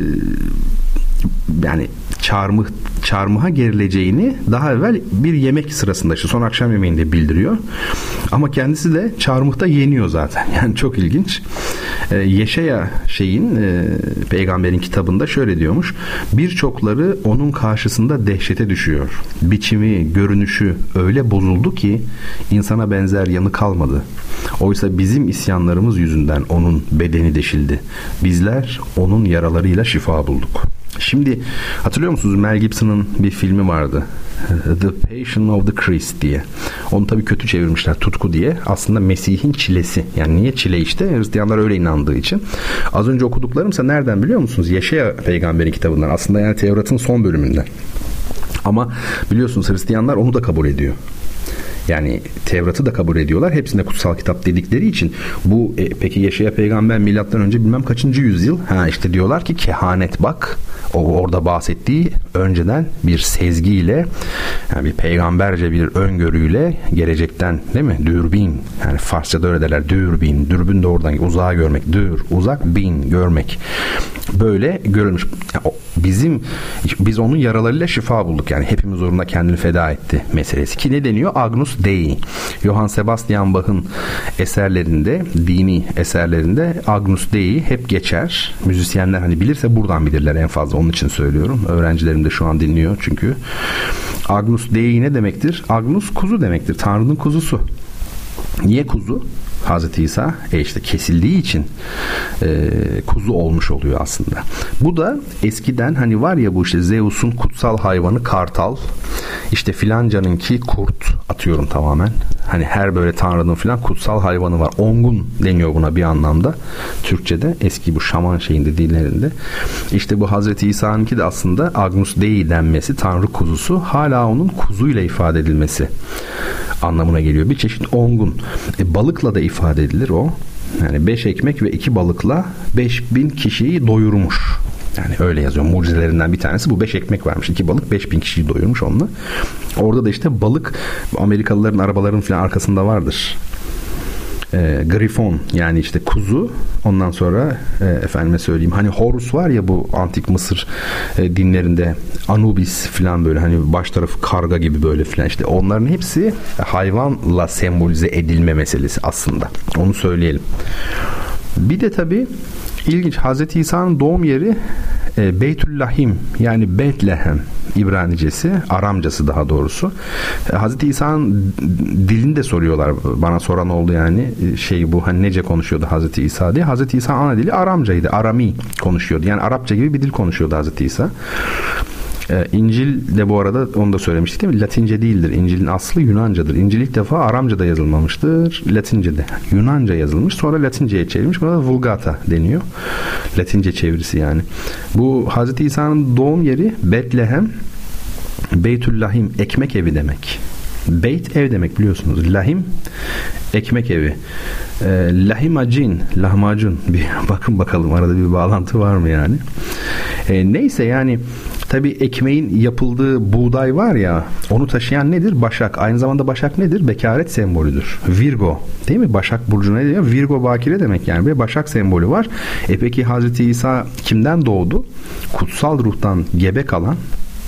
yani çarmıh, çarmıha gerileceğini daha evvel bir yemek sırasında işte son akşam yemeğinde bildiriyor. Ama kendisi de çarmıhta yeniyor zaten. Yani çok ilginç. Ee, Yeşaya şeyin e, peygamberin kitabında şöyle diyormuş. Birçokları onun karşısında dehşete düşüyor. Biçimi, görünüşü öyle bozuldu ki insana benzer yanı kalmadı. Oysa bizim isyanlarımız yüzünden onun bedeni deşildi. Bizler onun yaralarıyla şifa bulduk. Şimdi hatırlıyor musunuz Mel Gibson'ın bir filmi vardı. The Passion of the Christ diye. Onu tabii kötü çevirmişler, Tutku diye. Aslında Mesih'in çilesi. Yani niye çile işte? Hristiyanlar öyle inandığı için. Az önce okuduklarımsa nereden biliyor musunuz? Yeşaya peygamberin kitabından. Aslında yani Tevrat'ın son bölümünden. Ama biliyorsunuz Hristiyanlar onu da kabul ediyor. Yani Tevrat'ı da kabul ediyorlar. Hepsine kutsal kitap dedikleri için bu e, peki Yeşaya peygamber milattan önce bilmem kaçıncı yüzyıl? Ha işte diyorlar ki kehanet bak. O orada bahsettiği önceden bir sezgiyle yani bir peygamberce bir öngörüyle gelecekten değil mi? Dürbin. Yani Farsçada öyle derler. Dürbin. Dürbün de oradan uzağa görmek. Dür. Uzak. Bin. Görmek. Böyle görülmüş. Yani bizim biz onun yaralarıyla şifa bulduk. Yani hepimiz uğruna kendini feda etti meselesi. Ki ne deniyor? Agnus Dei. Johann Sebastian Bach'ın eserlerinde, dini eserlerinde Agnus Dei hep geçer. Müzisyenler hani bilirse buradan bilirler en fazla. Onun için söylüyorum. Öğrencilerim de şu an dinliyor çünkü. Agnus Dei ne demektir? Agnus kuzu demektir. Tanrı'nın kuzusu. Niye kuzu? Hazreti İsa e işte kesildiği için e, kuzu olmuş oluyor aslında. Bu da eskiden hani var ya bu işte Zeus'un kutsal hayvanı kartal, işte filancanınki kurt, atıyorum tamamen. Hani her böyle tanrının filan kutsal hayvanı var. Ongun deniyor buna bir anlamda. Türkçe'de eski bu şaman şeyinde dillerinde. İşte bu Hazreti İsa'nınki de aslında Agnus Dei denmesi, tanrı kuzusu, hala onun kuzuyla ifade edilmesi anlamına geliyor. Bir çeşit ongun. E, balıkla da ifade edilir o. Yani beş ekmek ve iki balıkla beş bin kişiyi doyurmuş. Yani öyle yazıyor. Mucizelerinden bir tanesi bu. Beş ekmek vermiş. iki balık beş bin kişiyi doyurmuş onunla. Orada da işte balık Amerikalıların arabaların falan arkasında vardır. E, grifon yani işte kuzu, ondan sonra e, efendime söyleyeyim hani Horus var ya bu antik Mısır e, dinlerinde, Anubis falan böyle hani baş tarafı karga gibi böyle falan, işte onların hepsi hayvanla sembolize edilme meselesi aslında. Onu söyleyelim. Bir de tabii ilginç, Hazreti İsa'nın doğum yeri e, Beytüllahim yani Betlehem İbranicesi, Aramcası daha doğrusu. E, Hazreti İsa'nın dilini de soruyorlar. Bana soran oldu yani. Şey bu hani nece konuşuyordu Hazreti İsa diye. Hazreti İsa ana dili Aramcaydı. Arami konuşuyordu. Yani Arapça gibi bir dil konuşuyordu Hazreti İsa. Ee, İncil de bu arada onu da söylemiştik değil mi? Latince değildir. İncil'in aslı Yunancadır. İncil ilk defa Aramca'da yazılmamıştır. Latince'de. Yunanca yazılmış. Sonra Latince'ye çevrilmiş. Buna da Vulgata deniyor. Latince çevirisi yani. Bu Hazreti İsa'nın doğum yeri Betlehem. Beytüllahim ekmek evi demek. Beyt ev demek biliyorsunuz. Lahim ekmek evi. E, lahimacin, lahmacun. Bir bakın bakalım arada bir bağlantı var mı yani? E, neyse yani tabii ekmeğin yapıldığı buğday var ya, onu taşıyan nedir? Başak. Aynı zamanda Başak nedir? Bekaret sembolüdür. Virgo. Değil mi? Başak burcuna ne diyor? Virgo bakire demek yani. Bir Başak sembolü var. E peki Hazreti İsa kimden doğdu? Kutsal ruhtan gebe kalan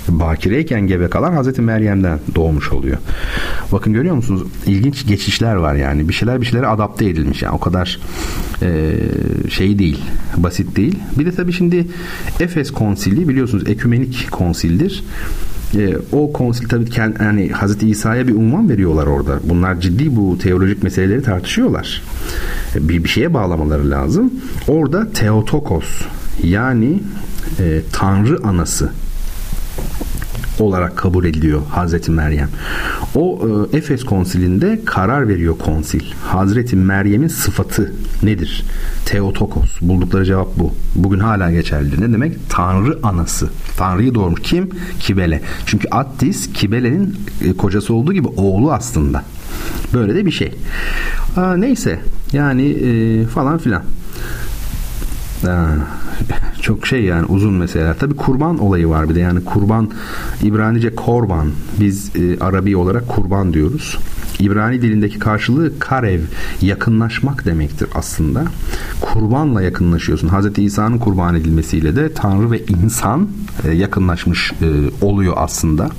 bakireyken gebe kalan Hazreti Meryem'den doğmuş oluyor. Bakın görüyor musunuz? İlginç geçişler var yani. Bir şeyler bir şeylere adapte edilmiş. Yani o kadar e, şey değil. Basit değil. Bir de tabii şimdi Efes Konsili biliyorsunuz ekümenik konsildir. E, o konsil tabii kendi, yani Hazreti İsa'ya bir unvan veriyorlar orada. Bunlar ciddi bu teolojik meseleleri tartışıyorlar. E, bir, bir şeye bağlamaları lazım. Orada Theotokos yani e, Tanrı anası olarak kabul ediliyor Hazreti Meryem. O e, Efes konsilinde karar veriyor konsil. Hazreti Meryem'in sıfatı nedir? Theotokos. Buldukları cevap bu. Bugün hala geçerli. Ne demek? Tanrı anası. Tanrı'yı doğurmuş. Kim? Kibele. Çünkü Attis Kibele'nin e, kocası olduğu gibi oğlu aslında. Böyle de bir şey. Aa, neyse. Yani e, falan filan. Ha, çok şey yani uzun meseleler. Tabii kurban olayı var bir de. Yani kurban İbranice korban. Biz e, Arabi olarak kurban diyoruz. İbrani dilindeki karşılığı karev, yakınlaşmak demektir aslında. Kurbanla yakınlaşıyorsun. Hazreti İsa'nın kurban edilmesiyle de Tanrı ve insan e, yakınlaşmış e, oluyor aslında.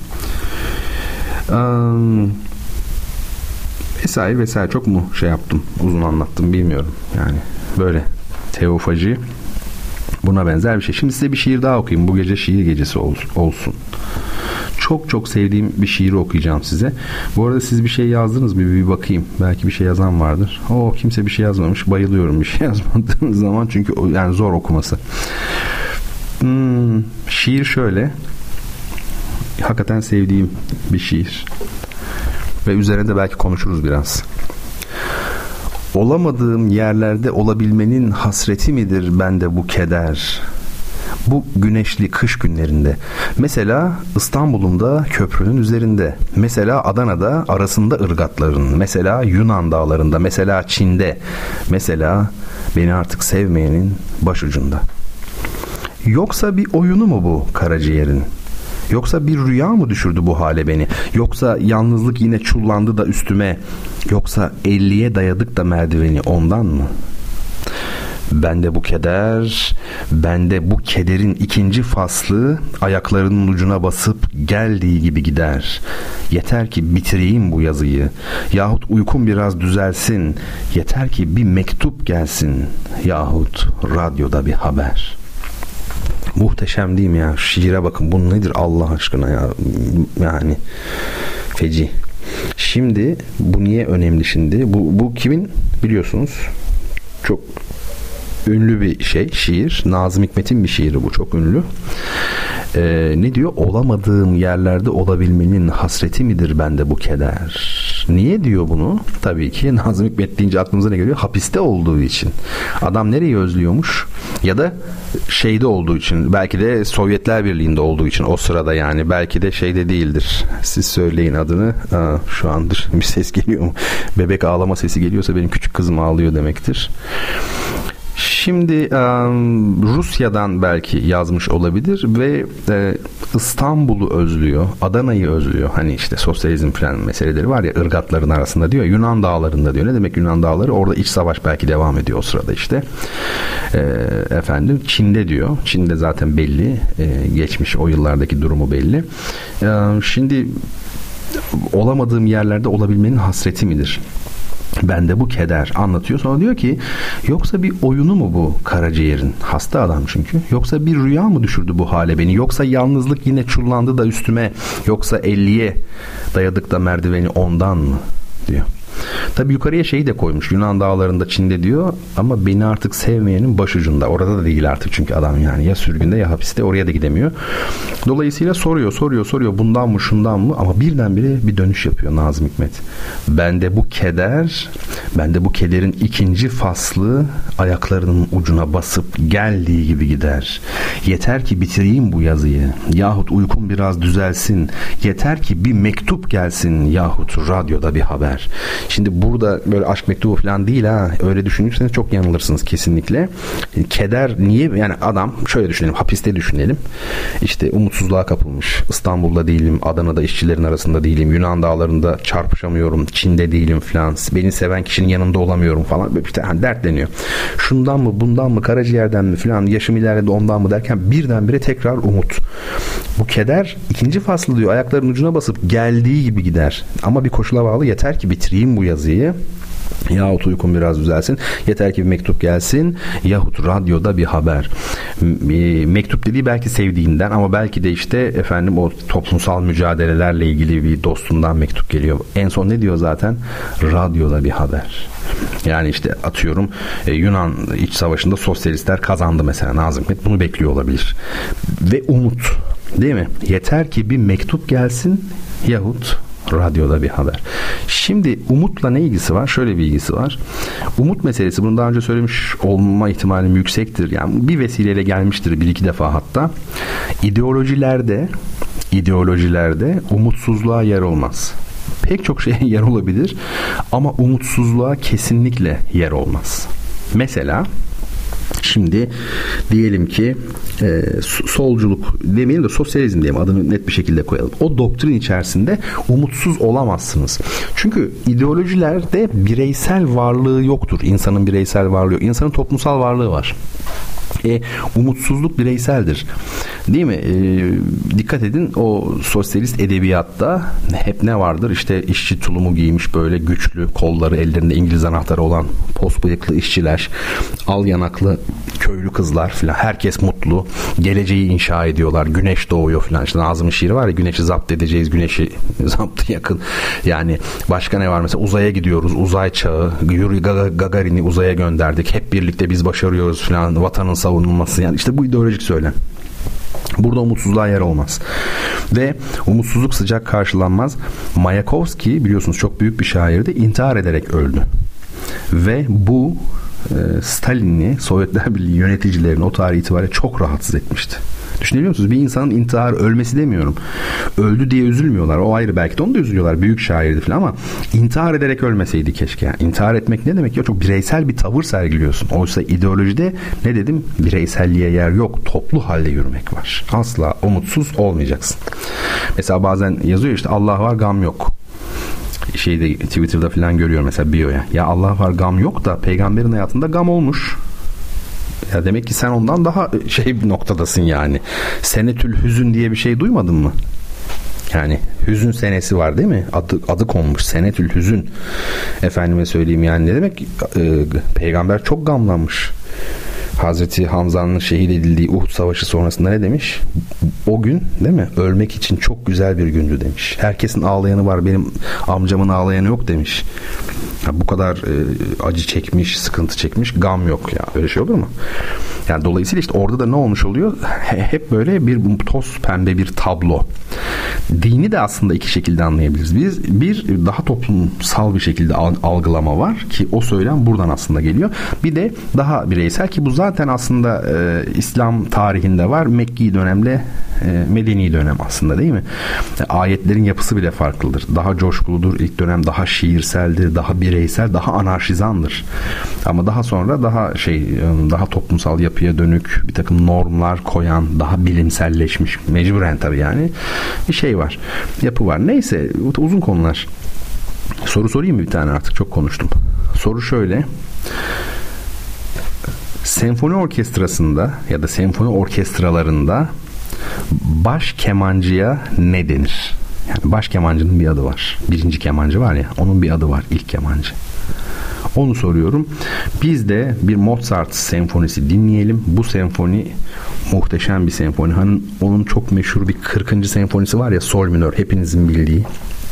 Eee vesaire vesaire çok mu şey yaptım, uzun anlattım bilmiyorum. Yani böyle teofaji buna benzer bir şey. Şimdi size bir şiir daha okuyayım. Bu gece şiir gecesi olsun. Çok çok sevdiğim bir şiiri okuyacağım size. Bu arada siz bir şey yazdınız mı? Bir, bir bakayım. Belki bir şey yazan vardır. Oo, kimse bir şey yazmamış. Bayılıyorum bir şey yazmadığım zaman çünkü yani zor okuması. Hmm, şiir şöyle. Hakikaten sevdiğim bir şiir. Ve üzerine de belki konuşuruz biraz. Olamadığım yerlerde olabilmenin hasreti midir bende bu keder? Bu güneşli kış günlerinde. Mesela İstanbul'un köprünün üzerinde. Mesela Adana'da arasında ırgatların. Mesela Yunan dağlarında. Mesela Çin'de. Mesela beni artık sevmeyenin başucunda. Yoksa bir oyunu mu bu karaciğerin? Yoksa bir rüya mı düşürdü bu hale beni? Yoksa yalnızlık yine çullandı da üstüme? Yoksa elliye dayadık da merdiveni ondan mı? Bende bu keder, bende bu kederin ikinci faslı ayaklarının ucuna basıp geldiği gibi gider. Yeter ki bitireyim bu yazıyı. Yahut uykum biraz düzelsin. Yeter ki bir mektup gelsin. Yahut radyoda bir haber. Muhteşem değil mi ya? Şiire bakın. Bu nedir Allah aşkına ya? Yani feci. Şimdi bu niye önemli şimdi? Bu, bu kimin? Biliyorsunuz. Çok ünlü bir şey. Şiir. Nazım Hikmet'in bir şiiri bu. Çok ünlü. Ee, ne diyor? Olamadığım yerlerde olabilmenin hasreti midir bende bu keder? Niye diyor bunu? Tabii ki Nazım Hikmet deyince aklımıza ne geliyor? Hapiste olduğu için. Adam nereyi özlüyormuş? Ya da şeyde olduğu için. Belki de Sovyetler Birliği'nde olduğu için o sırada yani. Belki de şeyde değildir. Siz söyleyin adını. Aa, şu andır bir ses geliyor mu? Bebek ağlama sesi geliyorsa benim küçük kızım ağlıyor demektir. Şimdi Rusya'dan belki yazmış olabilir ve İstanbul'u özlüyor, Adana'yı özlüyor. Hani işte sosyalizm falan meseleleri var ya, ırgatların arasında diyor. Yunan dağlarında diyor. Ne demek Yunan dağları? Orada iç savaş belki devam ediyor o sırada işte. Efendim Çin'de diyor. Çin'de zaten belli. Geçmiş o yıllardaki durumu belli. Şimdi olamadığım yerlerde olabilmenin hasreti midir? Bende bu keder anlatıyor. Sonra diyor ki yoksa bir oyunu mu bu karaciğerin? Hasta adam çünkü. Yoksa bir rüya mı düşürdü bu hale beni? Yoksa yalnızlık yine çullandı da üstüme? Yoksa elliye dayadık da merdiveni ondan mı? Diyor. Tabii yukarıya şeyi de koymuş. Yunan dağlarında Çin'de diyor ama beni artık sevmeyenin başucunda. Orada da değil artık çünkü adam yani. Ya sürgünde ya hapiste, oraya da gidemiyor. Dolayısıyla soruyor soruyor soruyor bundan mı şundan mı, ama birdenbire bir dönüş yapıyor Nazım Hikmet. Bende bu keder, bende bu kederin ikinci faslı ayaklarının ucuna basıp geldiği gibi gider. Yeter ki bitireyim bu yazıyı. Yahut uykum biraz düzelsin. Yeter ki bir mektup gelsin. Yahut radyoda bir haber. Şimdi burada böyle aşk mektubu falan değil ha. Öyle düşünürseniz çok yanılırsınız kesinlikle. Keder niye? Yani adam şöyle düşünelim. Hapiste düşünelim. İşte umutsuzluğa kapılmış. İstanbul'da değilim. Adana'da işçilerin arasında değilim. Yunan dağlarında çarpışamıyorum. Çin'de değilim falan. Beni seven kişinin yanında olamıyorum falan. Böyle işte hani dertleniyor. Şundan mı bundan mı karaciğerden mi falan yaşım ilerledi ondan mı derken birdenbire tekrar umut. Bu keder ikinci faslı diyor. Ayaklarının ucuna basıp geldiği gibi gider. Ama bir koşula bağlı. Yeter ki bitireyim bu yazıyı. Yahut uykum biraz düzelsin. Yeter ki bir mektup gelsin. Yahut radyoda bir haber. Mektup dediği belki sevdiğinden ama belki de işte efendim o toplumsal mücadelelerle ilgili bir dostundan mektup geliyor. En son ne diyor zaten? Radyoda bir haber. Yani işte atıyorum Yunan İç Savaşı'nda sosyalistler kazandı mesela. Nazım Hikmet bunu bekliyor olabilir. Ve umut. Değil mi? Yeter ki bir mektup gelsin yahut radyoda bir haber. Şimdi umutla ne ilgisi var? Şöyle bir ilgisi var. Umut meselesi, bunu daha önce söylemiş olma ihtimalim yüksektir. Yani bir vesileyle gelmiştir bir iki defa hatta. İdeolojilerde ideolojilerde umutsuzluğa yer olmaz. Pek çok şeye yer olabilir ama umutsuzluğa kesinlikle yer olmaz. Mesela şimdi diyelim ki e, solculuk demeyelim de sosyalizm diyelim, adını net bir şekilde koyalım. O doktrin içerisinde umutsuz olamazsınız. Çünkü ideolojilerde bireysel varlığı yoktur. İnsanın bireysel varlığı yok. İnsanın toplumsal varlığı var. E, umutsuzluk bireyseldir. Değil mi? E, dikkat edin, o sosyalist edebiyatta hep ne vardır? İşte işçi tulumu giymiş böyle güçlü, kolları ellerinde İngiliz anahtarı olan pos bıyıklı işçiler, al yanaklı köylü kızlar filan. Herkes mutlu. Geleceği inşa ediyorlar. Güneş doğuyor filan. İşte Nazım'ın şiiri var ya, güneşi zapt edeceğiz. Güneşi zaptı yakın. Yani başka ne var? Mesela uzaya gidiyoruz. Uzay çağı. Yuri Gagarin'i uzaya gönderdik. Hep birlikte biz başarıyoruz filan. Vatanın savunulması. Yani işte bu ideolojik söylem. Burada umutsuzluğa yer olmaz. Ve umutsuzluk sıcak karşılanmaz. Mayakovski biliyorsunuz çok büyük bir şairdi. İntihar ederek öldü. Ve bu e, Stalin'i, Sovyetler Birliği yöneticilerini o tarih itibariyle çok rahatsız etmişti. Düşünebiliyor musunuz? Bir insanın intihar, ölmesi demiyorum. Öldü diye üzülmüyorlar. O ayrı, belki de onu da üzülüyorlar. Büyük şairdi falan ama intihar ederek ölmeseydi keşke. Yani intihar etmek ne demek ya? Çok bireysel bir tavır sergiliyorsun. Oysa ideolojide ne dedim? Bireyselliğe yer yok. Toplu halde yürümek var. Asla umutsuz olmayacaksın. Mesela bazen yazıyor işte Allah var, gam yok. Şeyde Twitter'da falan görüyorum mesela bio'ya. Ya Allah var, gam yok da peygamberin hayatında gam olmuş. Ya demek ki sen ondan daha şey bir noktadasın yani. Senetül hüzün diye bir şey duymadın mı? Yani hüzün senesi var değil mi? Adı, adı konmuş. Senetül hüzün. Efendime söyleyeyim yani ne demek? Ee, peygamber çok gamlanmış. Hazreti Hamza'nın şehit edildiği Uhud Savaşı sonrasında ne demiş? O gün değil mi? Ölmek için çok güzel bir gündü demiş. Herkesin ağlayanı var, benim amcamın ağlayanı yok demiş. Ya bu kadar e, acı çekmiş, sıkıntı çekmiş, gam yok ya. Öyle şey olur mu? Yani dolayısıyla işte orada da ne olmuş oluyor? Hep böyle bir toz pembe bir tablo. Dini de aslında iki şekilde anlayabiliriz. Biz bir daha toplumsal bir şekilde algılama var ki o söylem buradan aslında geliyor. Bir de daha bireysel ki bu zaten aslında e, İslam tarihinde var. Mekki dönemle e, Medeni dönem aslında değil mi? E, ayetlerin yapısı bile farklıdır. Daha coşkuludur. İlk dönem daha şiirseldir, daha bireysel, daha anarşizandır. Ama daha sonra daha şey daha toplumsal yapıya dönük bir takım normlar koyan, daha bilimselleşmiş, mecburen tabii yani bir şey var. Yapı var. Neyse, uzun konular. Soru sorayım mı bir tane, artık çok konuştum. Soru şöyle. Senfoni orkestrasında ya da senfoni orkestralarında baş kemancıya ne denir? Yani baş kemancının bir adı var. Birinci kemancı var ya, onun bir adı var. İlk kemancı. Onu soruyorum. Biz de bir Mozart senfonisi dinleyelim. Bu senfoni muhteşem bir senfoni. Hani onun çok meşhur bir kırkıncı senfonisi var ya, sol minör, hepinizin bildiği.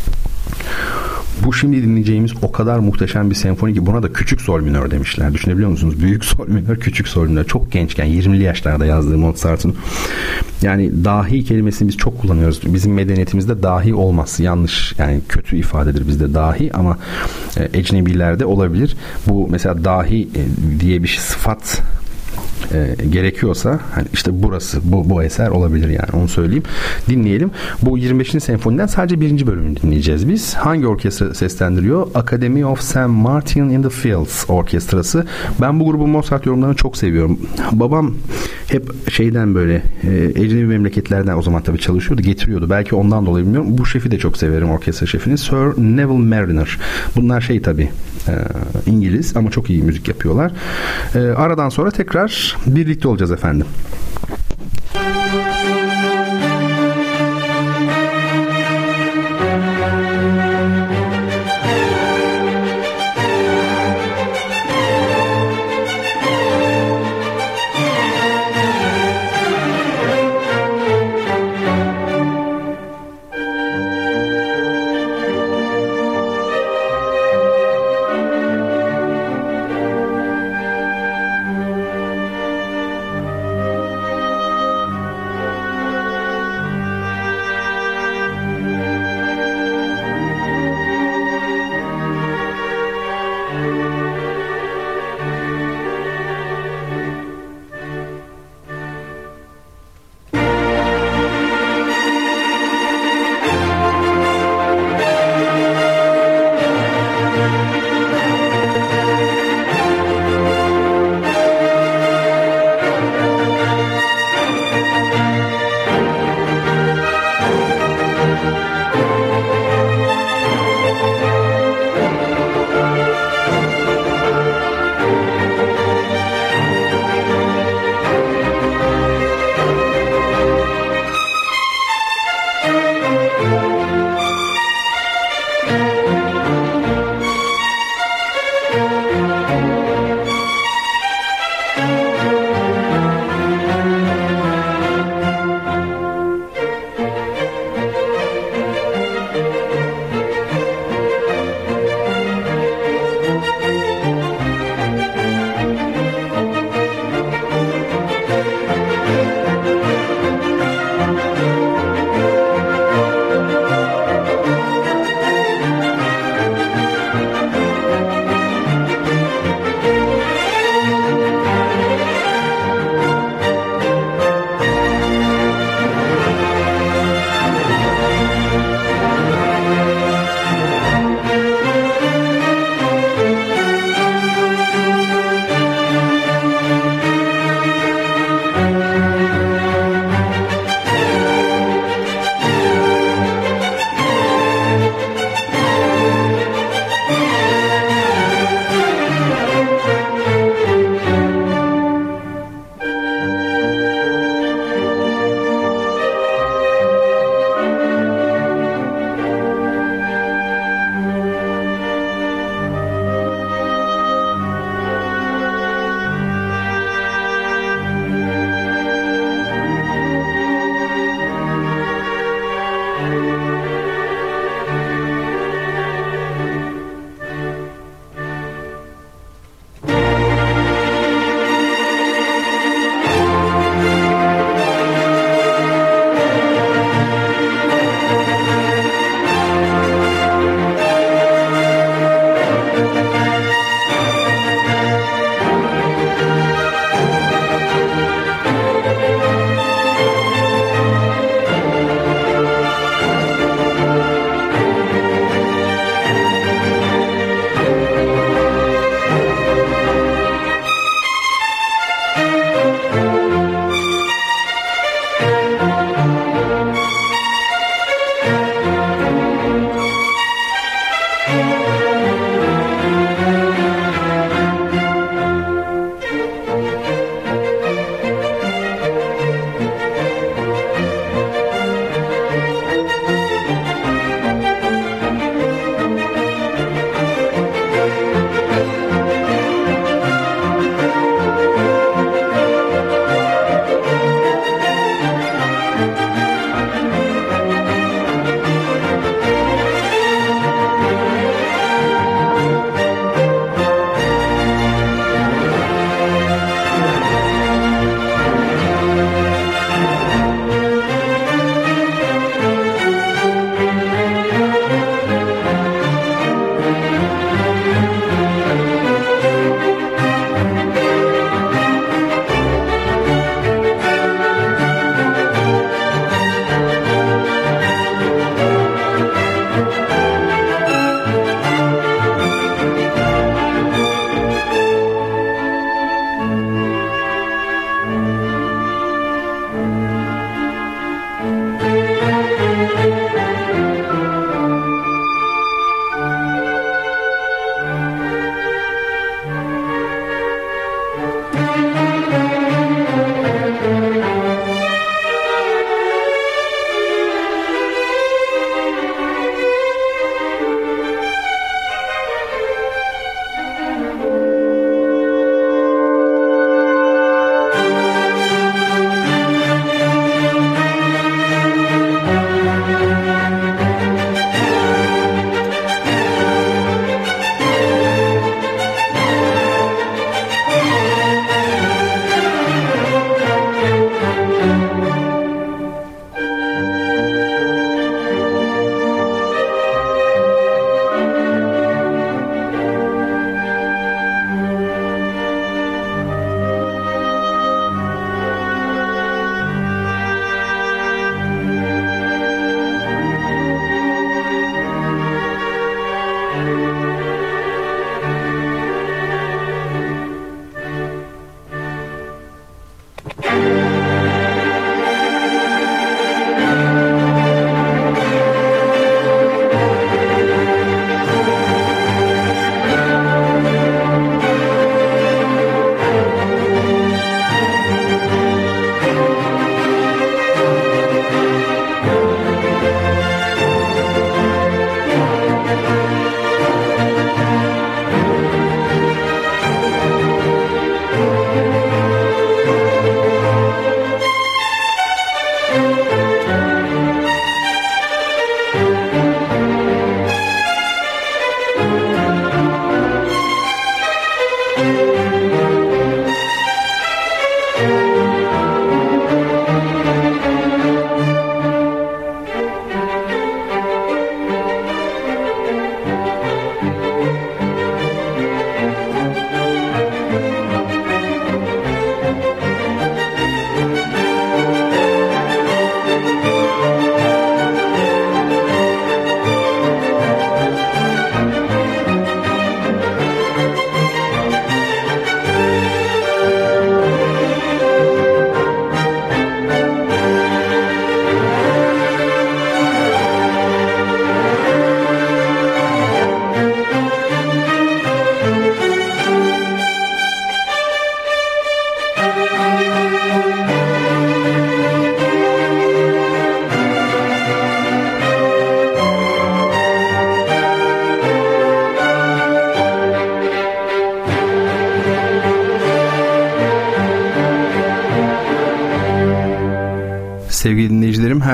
Bu şimdi dinleyeceğimiz o kadar muhteşem bir senfoni ki buna da küçük sol minör demişler. Düşünebiliyor musunuz? Büyük sol minör, küçük sol minör. Çok gençken, yirmili yaşlarda yazdığı Mozart'ın. Yani dahi kelimesini biz çok kullanıyoruz. Bizim medeniyetimizde dahi olmaz. Yanlış, yani kötü ifadedir bizde dahi ama e, ecnebilerde olabilir. Bu mesela dahi e, diye bir sıfat e, gerekiyorsa hani işte burası bu, bu eser olabilir yani, onu söyleyeyim. Dinleyelim. Bu yirmi beşinci senfoniden sadece birinci bölümünü dinleyeceğiz biz. Hangi orkestra seslendiriyor? Academy of Saint Martin in the Fields orkestrası. Ben bu grubu Mozart yorumlarını çok seviyorum. Babam hep şeyden böyle e, ecnebi memleketlerden o zaman tabii çalışıyordu, getiriyordu. Belki ondan dolayı bilmiyorum. Bu şefi de çok severim, orkestra şefini. Sir Neville Marriner. Bunlar şey tabii e, İngiliz ama çok iyi müzik yapıyorlar. E, aradan sonra tekrar birlikte olacağız efendim.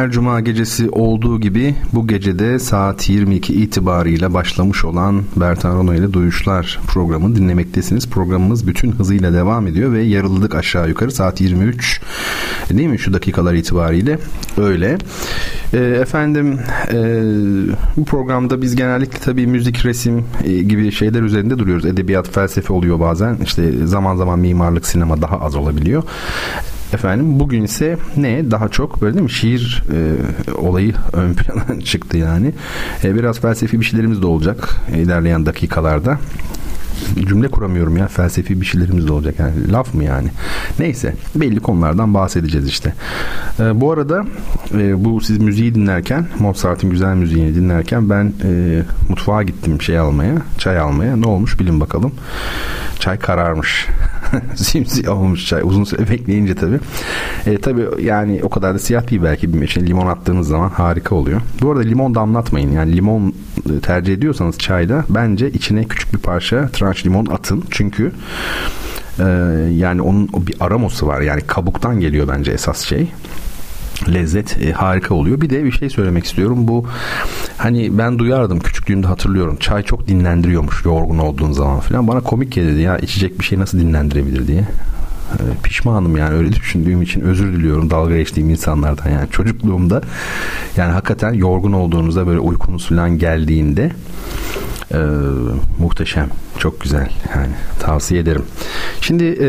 her cuma gecesi olduğu gibi bu gecede saat yirmi iki itibarıyla başlamış olan Bertan Rona ile Duyuşlar programını dinlemektesiniz. Programımız bütün hızıyla devam ediyor ve yarıladık aşağı yukarı saat yirmi üç değil mi şu dakikalar itibariyle öyle. E, efendim e, bu programda biz genellikle tabii müzik, resim e, gibi şeyler üzerinde duruyoruz. Edebiyat, felsefe oluyor bazen. İşte zaman zaman mimarlık, sinema daha az olabiliyor. Efendim bugün ise ne? Daha çok böyle değil mi? Şiir e, olayı ön plana çıktı yani. E, biraz felsefi bir şeylerimiz de olacak ilerleyen dakikalarda. Cümle kuramıyorum ya. Felsefi bir şeylerimiz de olacak. Yani laf mı yani? Neyse. Belli konulardan bahsedeceğiz işte. E, bu arada e, bu siz müziği dinlerken, Mozart'ın güzel müziğini dinlerken ben e, mutfağa gittim şey almaya, çay almaya. Ne olmuş bilin bakalım. Çay kararmış. Simsiyah olmuş çay. Uzun süre bekleyince tabii. E, tabii yani o kadar da siyah değil belki. Bir şey, limon attığınız zaman harika oluyor. Bu arada limon damlatmayın. Yani limon tercih ediyorsanız çayda bence içine küçük bir parça tranş limon atın. Çünkü e, yani onun bir aroması var. Yani kabuktan geliyor bence esas şey. Lezzet e, harika oluyor. Bir de bir şey söylemek istiyorum. Bu hani ben duyardım küçüklüğümde, hatırlıyorum. Çay çok dinlendiriyormuş yorgun olduğun zaman falan. Bana komik geldi ya, içecek bir şey nasıl dinlendirebilir diye. E, pişmanım yani öyle düşündüğüm için, özür diliyorum dalga geçtiğim insanlardan. Yani çocukluğumda yani hakikaten yorgun olduğunuzda böyle uykunuz falan geldiğinde e, muhteşem. Çok güzel yani tavsiye ederim. Şimdi e,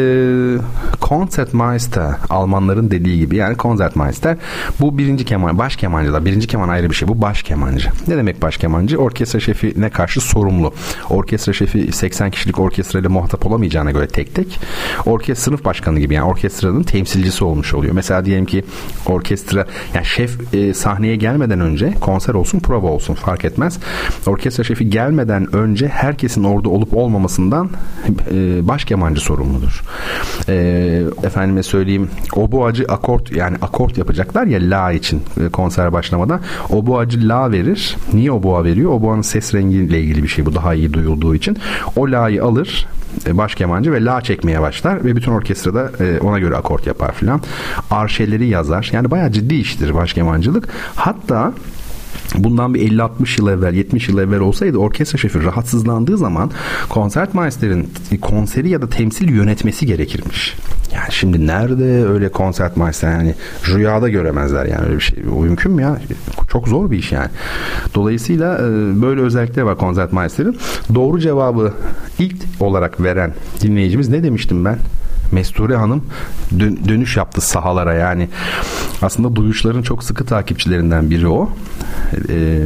Konzertmeister Almanların dediği gibi yani Konzertmeister bu birinci keman, baş kemancılar. Birinci keman ayrı bir şey, bu baş kemancı. Ne demek baş kemancı? Orkestra şefine karşı sorumlu. Orkestra şefi seksen kişilik orkestrayla muhatap olamayacağına göre tek tek orkestra sınıf başkanı gibi yani orkestranın temsilcisi olmuş oluyor. Mesela diyelim ki orkestra yani şef e, sahneye gelmeden önce konser olsun prova olsun fark etmez. Orkestra şefi gelmeden önce herkesin orada olup olmamasından e, baş kemancı sorumludur. E, efendime söyleyeyim oboacı akort yani akort yapacaklar ya la için e, konser başlamadan oboacı la verir. Niye oboa veriyor? Oboanın ses rengiyle ilgili bir şey bu, daha iyi duyulduğu için. O la'yı alır e, baş kemancı ve la çekmeye başlar ve bütün orkestrada e, ona göre akort yapar filan. Arşeleri yazar. Yani bayağı ciddi iştir baş kemancılık. Hatta bundan bir elli altmış yıl evvel, yetmiş yıl evvel olsaydı orkestra şefi rahatsızlandığı zaman Konzertmeister'in konseri ya da temsil yönetmesi gerekirmiş. Yani şimdi nerede öyle Konzertmeister, yani rüyada göremezler yani öyle bir şey. O mümkün mü ya? Çok zor bir iş yani. Dolayısıyla böyle özellikleri var Konzertmeister'in. Doğru cevabı ilk olarak veren dinleyicimiz ne demiştim ben? Mesture Hanım dön- dönüş yaptı sahalara yani. Aslında Duyuşların çok sıkı takipçilerinden biri o. Ee,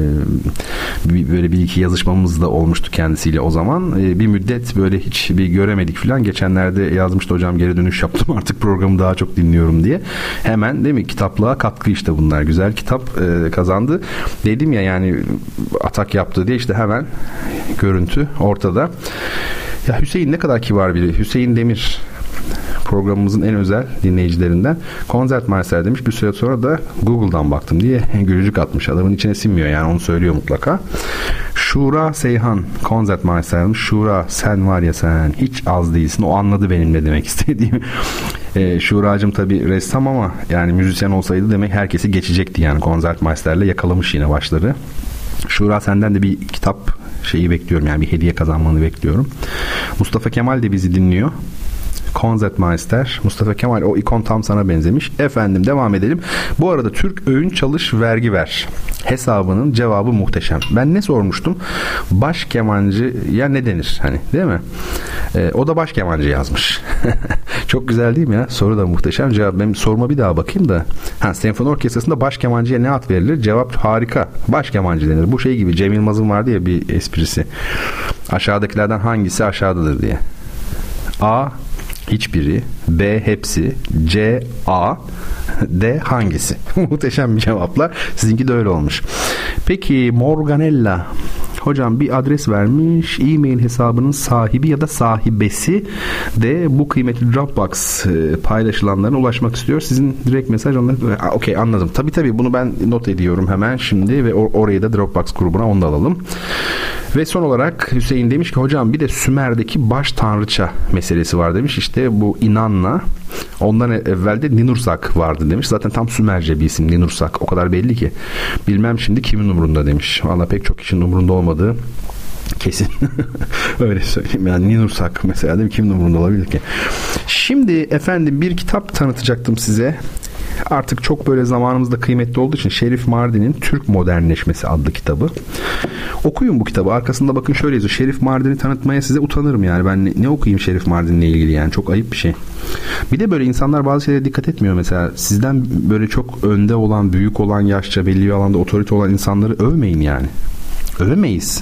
böyle bir iki yazışmamız da olmuştu kendisiyle o zaman. Ee, bir müddet böyle hiç bir göremedik falan. Geçenlerde yazmıştı, hocam geri dönüş yaptım artık programı daha çok dinliyorum diye. Hemen değil mi, kitaplığa katkı işte bunlar. Güzel kitap e, kazandı. Dedim ya yani atak yaptı diye, işte hemen görüntü ortada. Ya Hüseyin ne kadar kibar biri. Hüseyin Demir programımızın en özel dinleyicilerinden. Konzertmeister demiş. Bir süre sonra da Google'dan baktım diye gülücük atmış. Adamın içine sinmiyor yani, onu söylüyor mutlaka. Şura Seyhan Konzertmeister'mış. Şura sen var ya sen hiç az değilsin. O anladı benim ne demek istediğimi. E, Şuracığım tabii ressam ama yani müzisyen olsaydı demek herkesi geçecekti yani. Konzertmeister'le yakalamış yine başları. Şura senden de bir kitap şeyi bekliyorum yani, bir hediye kazanmanı bekliyorum. Mustafa Kemal de bizi dinliyor. Konzertmeister Mustafa Kemal, o ikon tam sana benzemiş. Efendim devam edelim. Bu arada Türk öğün çalış vergi ver hesabının cevabı muhteşem. Ben ne sormuştum? Baş kemancı ya ne denir hani, değil mi? Ee, o da baş kemancı yazmış. Çok güzel değil mi ya? Soru da muhteşem. Cevap, benim soruma bir daha bakayım da. Ha, senfoni orkestrasında baş kemancıya ne ad verilir? Cevap harika. Baş kemancı denir. Bu şey gibi, Cem Yılmaz'ın vardı ya bir esprisi. Aşağıdakilerden hangisi aşağıdadır diye. A. Hiçbiri. B. Hepsi. C. A. D. Hangisi? Muhteşem bir cevaplar. Sizinki de öyle olmuş. Peki Morganella hocam bir adres vermiş. E-mail hesabının sahibi ya da sahibesi de bu kıymetli Dropbox paylaşılanlarına ulaşmak istiyor. Sizin direkt mesaj onları... Okey, anladım. Tabii tabii bunu ben not ediyorum hemen şimdi ve or- orayı da Dropbox grubuna onu da alalım. Ve son olarak Hüseyin demiş ki hocam bir de Sümer'deki baş tanrıça meselesi var demiş. İşte bu İnanna, ondan evvel de Ninursak vardı demiş. Zaten tam Sümerce bir isim Ninursak, o kadar belli ki. Bilmem şimdi kimin umurunda demiş. Valla pek çok kişinin umurunda olmadığı kesin. Öyle söyleyeyim. Yani Ninursak mesela değil mi? Kimin umurunda olabilir ki? Şimdi efendim bir kitap tanıtacaktım size. Artık çok böyle zamanımızda kıymetli olduğu için Şerif Mardin'in Türk Modernleşmesi adlı kitabı. Okuyun bu kitabı. Arkasında bakın şöyle yazıyor. Şerif Mardin'i tanıtmaya size utanırım yani. Ben ne, ne okuyayım Şerif Mardin'le ilgili yani. Çok ayıp bir şey. Bir de böyle insanlar bazı şeylere dikkat etmiyor mesela. Sizden böyle çok önde olan, büyük olan, yaşça belli bir alanda otorite olan insanları övmeyin yani. Övemeyiz.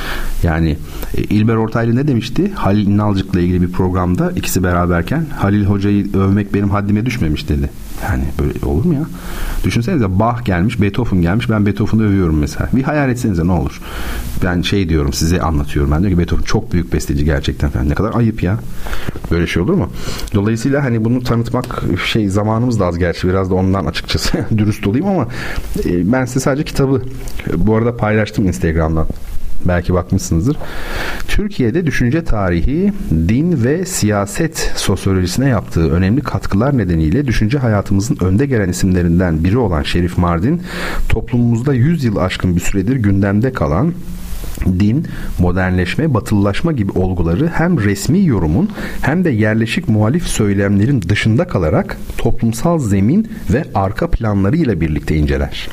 Yani e, İlber Ortaylı ne demişti? Halil İnalcık'la ilgili bir programda ikisi beraberken Halil Hoca'yı övmek benim haddime düşmemiş dedi. Yani böyle olur mu ya? Düşünsenize Bach gelmiş, Beethoven gelmiş. Ben Beethoven'ı övüyorum mesela. Bir hayal etsenize ne olur? Ben şey diyorum, size anlatıyorum. Ben diyorum ki Beethoven çok büyük besteci gerçekten falan. Ne kadar ayıp ya. Böyle şey olur mu? Dolayısıyla hani bunu tanıtmak şey zamanımız da az gerçi. Biraz da ondan açıkçası dürüst olayım ama e, ben size sadece kitabı bu arada paylaştım Instagram'dan. Belki bakmışsınızdır. Türkiye'de düşünce tarihi, din ve siyaset sosyolojisine yaptığı önemli katkılar nedeniyle düşünce hayatımızın önde gelen isimlerinden biri olan Şerif Mardin, toplumumuzda yüz yıl aşkın bir süredir gündemde kalan din, modernleşme, batılılaşma gibi olguları hem resmi yorumun hem de yerleşik muhalif söylemlerin dışında kalarak toplumsal zemin ve arka planlarıyla birlikte inceler.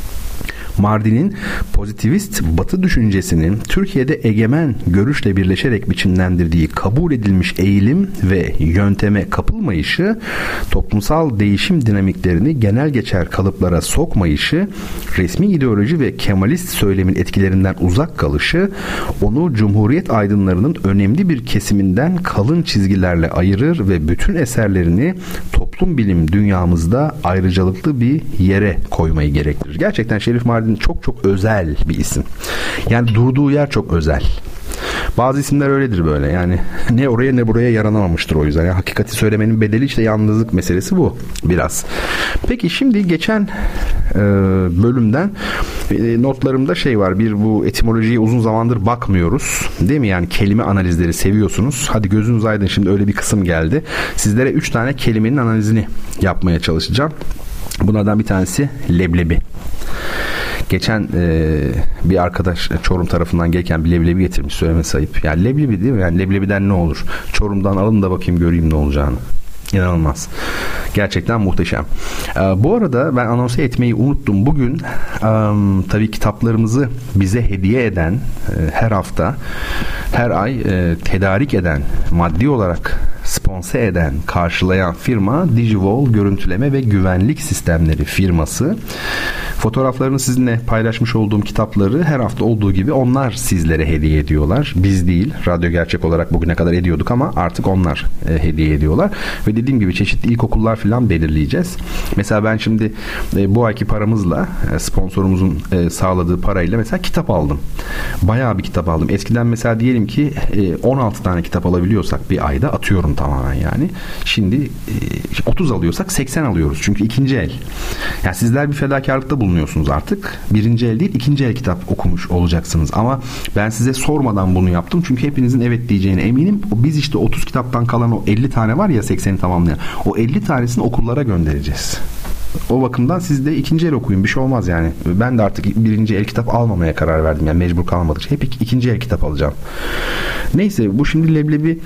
Mardin'in pozitivist Batı düşüncesinin Türkiye'de egemen görüşle birleşerek biçimlendirdiği kabul edilmiş eğilim ve yönteme kapılmayışı, toplumsal değişim dinamiklerini genel geçer kalıplara sokmayışı, resmi ideoloji ve Kemalist söylemin etkilerinden uzak kalışı, onu Cumhuriyet aydınlarının önemli bir kesiminden kalın çizgilerle ayırır ve bütün eserlerini toplum bilim dünyamızda ayrıcalıklı bir yere koymayı gerektirir. Gerçekten Şerif Mardin çok çok özel bir isim. Yani durduğu yer çok özel. Bazı isimler öyledir böyle. Yani ne oraya ne buraya yaranamamıştır o yüzden. Yani hakikati söylemenin bedeli işte yalnızlık meselesi bu biraz. Peki şimdi geçen e, bölümden e, notlarımda şey var. Bir, bu etimolojiye uzun zamandır bakmıyoruz. Değil mi? Yani kelime analizleri seviyorsunuz. Hadi gözünüz aydın, şimdi öyle bir kısım geldi. Sizlere üç tane kelimenin analizini yapmaya çalışacağım. Bunlardan bir tanesi leblebi. Geçen e, bir arkadaş Çorum tarafından gelirken bir leblebi getirmiş, söylemesi ayıp. Yani leblebi değil mi? Yani leblebiden ne olur? Çorum'dan alın da bakayım göreyim ne olacağını. İnanılmaz. Gerçekten muhteşem. Ee, bu arada ben anons etmeyi unuttum. Bugün e, tabii kitaplarımızı bize hediye eden, e, her hafta, her ay e, tedarik eden, maddi olarak sponsor eden, karşılayan firma Digivol Görüntüleme ve Güvenlik Sistemleri firması. Fotoğraflarını sizinle paylaşmış olduğum kitapları her hafta olduğu gibi onlar sizlere hediye ediyorlar. Biz değil. Radyo Gerçek olarak bugüne kadar ediyorduk ama artık onlar e, hediye ediyorlar. Ve dediğim gibi çeşitli ilkokullar falan belirleyeceğiz. Mesela ben şimdi e, bu ayki paramızla, e, sponsorumuzun e, sağladığı parayla mesela kitap aldım. Bayağı bir kitap aldım. Eskiden mesela diyelim ki e, on altı tane kitap alabiliyorsak bir ayda, atıyorum tamamen yani. Şimdi e, otuz alıyorsak seksen alıyoruz. Çünkü ikinci el. Yani sizler bir fedakarlıkta bulunuyorsunuz artık. Birinci el değil, ikinci el kitap okumuş olacaksınız. Ama ben size sormadan bunu yaptım. Çünkü hepinizin evet diyeceğine eminim. Biz işte otuz kitaptan kalan o elli tane var ya, sekseni tamamlayan. O elli tanesini okullara göndereceğiz. O bakımdan siz de ikinci el okuyun. Bir şey olmaz yani. Ben de artık birinci el kitap almamaya karar verdim. Yani mecbur kalmadıkça. Hep ikinci el kitap alacağım. Neyse, bu şimdi leblebi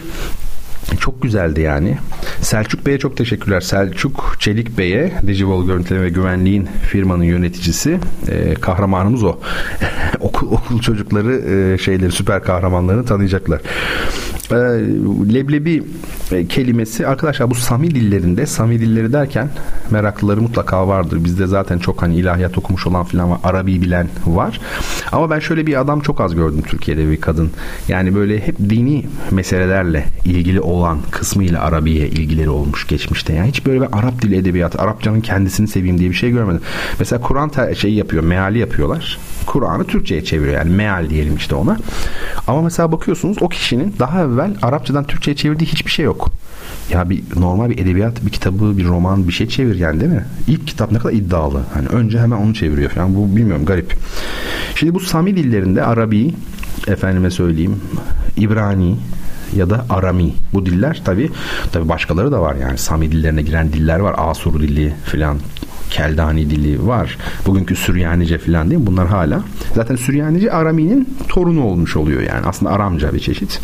çok güzeldi yani. Selçuk Bey'e çok teşekkürler. Selçuk Çelik Bey'e, Digivol Görüntüleme ve Güvenliğin firmanın yöneticisi. Ee, kahramanımız o. okul, okul çocukları e, şeyleri, süper kahramanlarını tanıyacaklar. Ee, leblebi e, kelimesi arkadaşlar, bu Sami dillerinde, Sami dilleri derken meraklıları mutlaka vardır. Bizde zaten çok hani ilahiyat okumuş olan filan var. Arabi bilen var. Ama ben şöyle bir adam çok az gördüm Türkiye'de, bir kadın. Yani böyle hep dini meselelerle ilgili olan kısmıyla Arabiye ilgileri olmuş geçmişte. Yani hiç böyle ben Arap dili edebiyatı, Arapçanın kendisini seveyim diye bir şey görmedim. Mesela Kur'an şeyi yapıyor, meali yapıyorlar. Kur'an'ı Türkçe'ye çeviriyor, yani meal diyelim işte ona. Ama mesela bakıyorsunuz o kişinin daha evvel Arapçadan Türkçe'ye çevirdiği hiçbir şey yok. Ya bir normal bir edebiyat, bir kitabı, bir roman, bir şey çevir yani, değil mi? İlk kitap ne kadar iddialı. Hani önce hemen onu çeviriyor falan. Bu bilmiyorum, garip. Şimdi bu Sami dillerinde Arabi, efendime söyleyeyim İbrani ya da Arami. Bu diller tabii tabii başkaları da var yani. Sami dillerine giren diller var. Asur dili filan, Keldani dili var. Bugünkü Süryanice filan değil mi? Bunlar hala. Zaten Süryanice Arami'nin torunu olmuş oluyor yani. Aslında Aramca bir çeşit.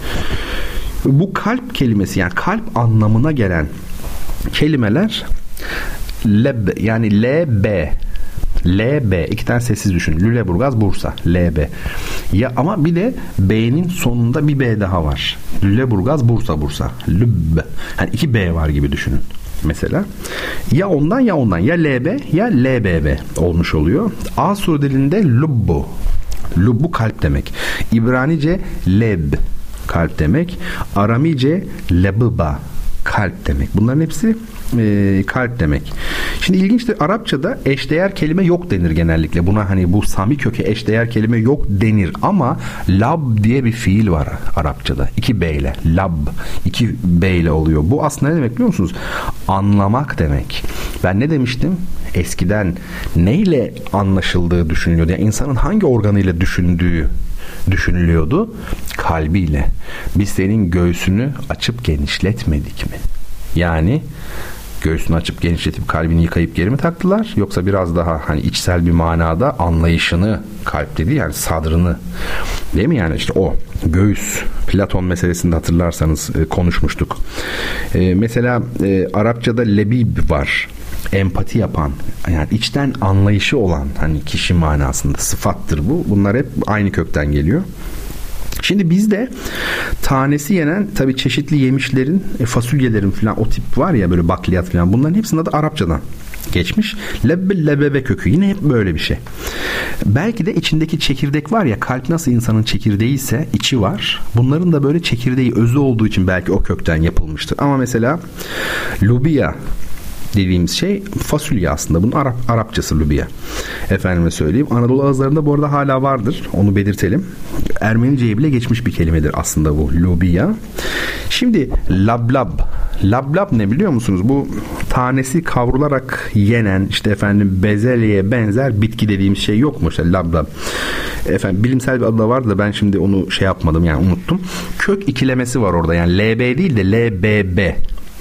Bu kalp kelimesi yani kalp anlamına gelen kelimeler leb yani L B L B iki tane sessiz düşün. Lüleburgaz, Bursa. L B. Ya ama bir de B'nin sonunda bir B daha var. Lüleburgaz, Bursa, Bursa. Lübb. Yani iki B var gibi düşünün. Mesela. Ya ondan ya ondan. Ya L B ya L B B olmuş oluyor. Asur dilinde lubbu. Lubbu kalp demek. İbranice leb kalp demek. Aramice lebba kalp demek. Bunların hepsi e, kalp demek. Şimdi ilginçtir. Arapçada eşdeğer kelime yok denir genellikle. Buna hani bu Sami kökü eşdeğer kelime yok denir. Ama lab diye bir fiil var Arapçada. İki B ile. Lab. İki B ile oluyor. Bu aslında ne demek biliyor musunuz? Anlamak demek. Ben ne demiştim? Eskiden neyle anlaşıldığı düşünülüyordu. Yani insanın hangi organıyla düşündüğü düşünülüyordu? Kalbiyle. Biz senin göğsünü açıp genişletmedik mi? Yani göğsünü açıp genişletip kalbini yıkayıp geri mi taktılar? Yoksa biraz daha hani içsel bir manada anlayışını kalp dedi yani sadrını değil mi yani işte o göğüs Platon meselesinde hatırlarsanız e, konuşmuştuk. E, mesela e, Arapçada lebib var. Empati yapan yani içten anlayışı olan hani kişi manasında sıfattır bu. Bunlar hep aynı kökten geliyor. Şimdi bizde tanesi yenen tabii çeşitli yemişlerin, e, fasulyelerin falan o tip var ya böyle bakliyat falan bunların hepsinin adı Arapçadan geçmiş. Lebbe lebebe kökü yine hep böyle bir şey. Belki de içindeki çekirdek var ya kalp nasıl insanın çekirdeği ise içi var. Bunların da böyle çekirdeği özü olduğu için belki o kökten yapılmıştır. Ama mesela lubiya dediğimiz şey fasulye aslında. Bunun Arap, Arapçası lubiya. Efendime söyleyeyim. Anadolu ağızlarında bu arada hala vardır. Onu belirtelim. Ermenice'ye bile geçmiş bir kelimedir aslında bu lubiya. Şimdi lablab. Lablab ne biliyor musunuz? Bu tanesi kavrularak yenen işte efendim bezelyeye benzer bitki dediğimiz şey yok mu? İşte lablab. Efendim bilimsel bir adı da vardı da ben şimdi onu şey yapmadım yani unuttum. Kök ikilemesi var orada. Yani L B değil de L B B.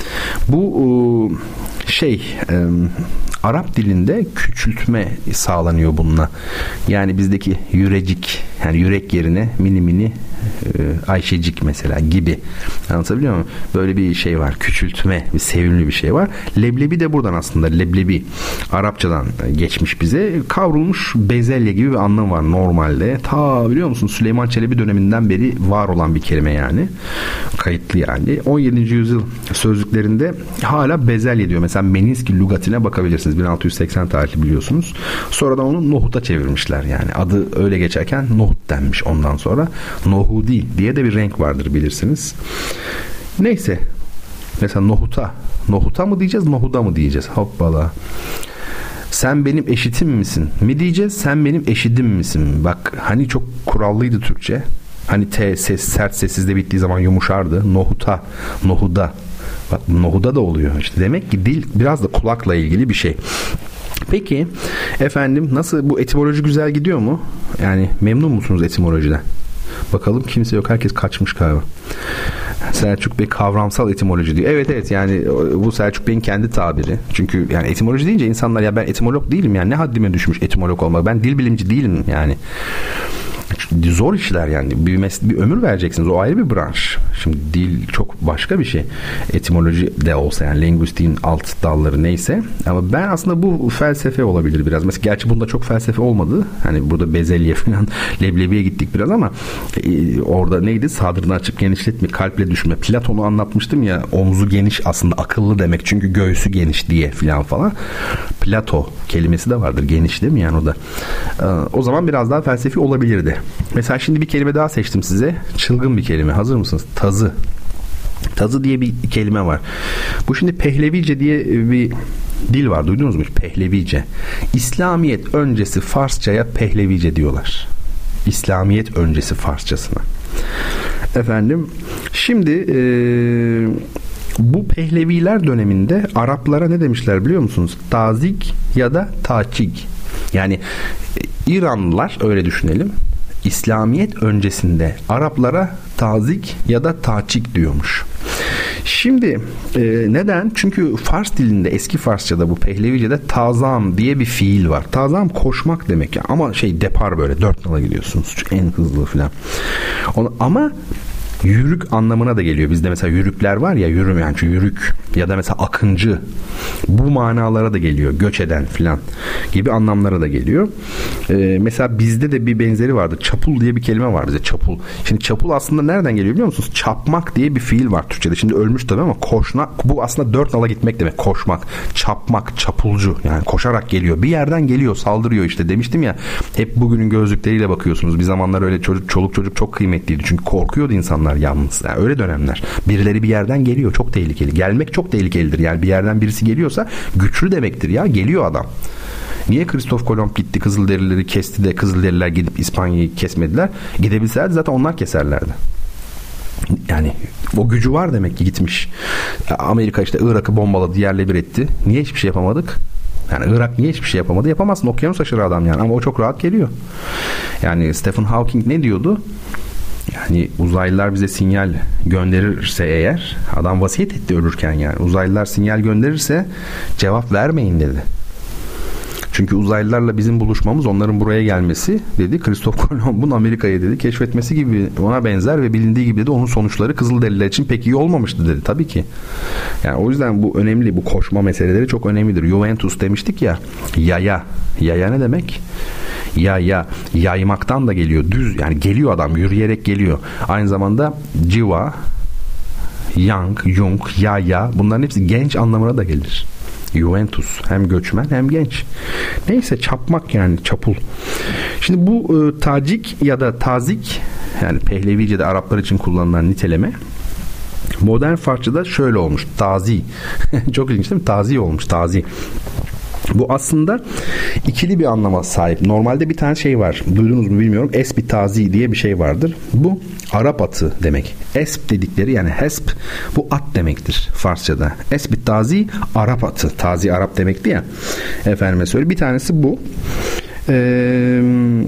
Bu şey e, Arap dilinde küçültme sağlanıyor bununla. Yani bizdeki yürecik yani yürek yerine mini mini e, Ayşecik mesela gibi. Anlatabiliyor muyum? Böyle bir şey var. Küçültme, bir sevimli bir şey var. Leblebi de buradan aslında. Leblebi Arapçadan geçmiş bize. Kavrulmuş bezelye gibi bir anlam var normalde. Ta biliyor musun Süleyman Çelebi döneminden beri var olan bir kelime yani. Kayıtlı yani. on yedinci yüzyıl sözlüklerinde hala bezelye diyor. Mesela Meninski lügatine bakabilirsiniz. bin altı yüz seksen tarihli biliyorsunuz. Sonradan onu nohuta çevirmişler yani. Adı öyle geçerken nohut denmiş ondan sonra. Nohudi diye de bir renk vardır bilirsiniz. Neyse. Mesela nohuta. Nohuta mı diyeceğiz, nohuda mı diyeceğiz? Hoppala. Sen benim eşitim misin mi diyeceğiz, sen benim eşidim misin? Bak hani çok kurallıydı Türkçe. Hani T ses sert sessizde bittiği zaman yumuşardı. Nohuta, nohuda. Bak nohuda da oluyor işte. Demek ki dil biraz da kulakla ilgili bir şey. Peki efendim nasıl bu etimoloji güzel gidiyor mu? Yani memnun musunuz etimolojiden? Bakalım kimse yok. Herkes kaçmış galiba. Selçuk Bey kavramsal etimoloji diyor. Evet evet yani bu Selçuk Bey'in kendi tabiri. Çünkü yani etimoloji deyince insanlar ya ben etimolog değilim yani ne haddime düşmüş etimolog olmak. Ben dil bilimci değilim yani. Zor işler yani. Bir, mes- bir ömür vereceksiniz. O ayrı bir branş. Şimdi dil çok başka bir şey. Etimoloji de olsa yani linguistiğin alt dalları neyse. Ama ben aslında bu felsefe olabilir biraz. Mesela gerçi bunda çok felsefe olmadı. Hani burada bezelye falan leblebiye gittik biraz ama e, orada neydi? Sadrını açıp genişletme, kalple düşme. Platon'u anlatmıştım ya omzu geniş aslında akıllı demek. Çünkü göğsü geniş diye falan falan. Plato kelimesi de vardır. Geniş değil mi yani o da? E, o zaman biraz daha felsefi olabilirdi. Mesela şimdi bir kelime daha seçtim size. Çılgın bir kelime. Hazır mısınız? Tazı. Tazı diye bir kelime var. Bu şimdi Pehlevice diye bir dil var. Duydunuz mu? Pehlevice. İslamiyet öncesi Farsçaya Pehlevice diyorlar. İslamiyet öncesi Farsçasına. Efendim şimdi e, bu Pehleviler döneminde Araplara ne demişler biliyor musunuz? Tazik ya da taçik. Yani İranlılar öyle düşünelim. İslamiyet öncesinde Araplara tazik ya da taçik diyormuş. Şimdi e, neden? Çünkü Fars dilinde, eski Farsçada, bu Pehlevice'de tazam diye bir fiil var. Tazam koşmak demek ya. Ama şey depar, böyle dört nala gidiyorsunuz. En hızlı falan. Onu, ama yürük anlamına da geliyor. Bizde mesela yürükler var ya, yürüm yani, çünkü yürük ya da mesela akıncı, bu manalara da geliyor. Göç eden falan gibi anlamlara da geliyor. Ee, mesela bizde de bir benzeri vardı. Çapul diye bir kelime var bize, çapul. Şimdi çapul aslında nereden geliyor biliyor musunuz? Çapmak diye bir fiil var Türkçe'de. Şimdi ölmüş tabii ama koşmak, bu aslında dört nala gitmek demek. Koşmak, çapmak, çapulcu, yani koşarak geliyor. Bir yerden geliyor, saldırıyor işte. Demiştim ya, hep bugünün gözlükleriyle bakıyorsunuz. Bir zamanlar öyle çocuk, çoluk çocuk çok kıymetliydi. Çünkü korkuyordu insanlar yalnız. Yani öyle dönemler. Birileri bir yerden geliyor. Çok tehlikeli. Gelmek çok tehlikelidir. Yani bir yerden birisi geliyorsa güçlü demektir ya. Geliyor adam. Niye Kristof Kolomb gitti, Kızılderilileri kesti de Kızılderililer gidip İspanya'yı kesmediler? Gidebilselerdi zaten onlar keserlerdi. Yani o gücü var demek ki, gitmiş. Amerika işte Irak'ı bombaladı, yerle bir etti. Niye hiçbir şey yapamadık? Yani Irak niye hiçbir şey yapamadı? Yapamazsın. Okyanus aşırı adam yani. Ama o çok rahat geliyor. Yani Stephen Hawking ne diyordu? Yani uzaylılar bize sinyal gönderirse eğer, adam vasiyet etti ölürken yani, uzaylılar sinyal gönderirse cevap vermeyin dedi. Çünkü uzaylılarla bizim buluşmamız, onların buraya gelmesi dedi, Kristof Kolomb'un Amerika'yı dedi keşfetmesi gibi, ona benzer ve bilindiği gibi dedi, onun sonuçları Kızılderililer için pek iyi olmamıştı dedi. Tabii ki. Yani o yüzden bu önemli, bu koşma meseleleri çok önemlidir. Juventus demiştik ya, yaya. Yaya ne demek? Ya ya yaymaktan da geliyor, düz yani, geliyor adam, yürüyerek geliyor. Aynı zamanda civa, young, jung, ya ya, bunların hepsi genç anlamına da gelir. Juventus hem göçmen hem genç. Neyse, çapmak yani, çapul. Şimdi bu e, tacik ya da tazik, yani Pehlevice'de Araplar için kullanılan niteleme, modern Farsça'da şöyle olmuş, tazi. Çok ilginç değil mi? Tazi olmuş, tazi. Bu aslında ikili bir anlama sahip. Normalde bir tane şey var. Duydunuz mu bilmiyorum. Esb-i tazi diye bir şey vardır. Bu Arap atı demek. Esb dedikleri, yani hesb, bu at demektir Farsçada. Esb-i tazi Arap atı. Tazi Arap demekti ya. Efendime söyle. Bir tanesi bu. Ee,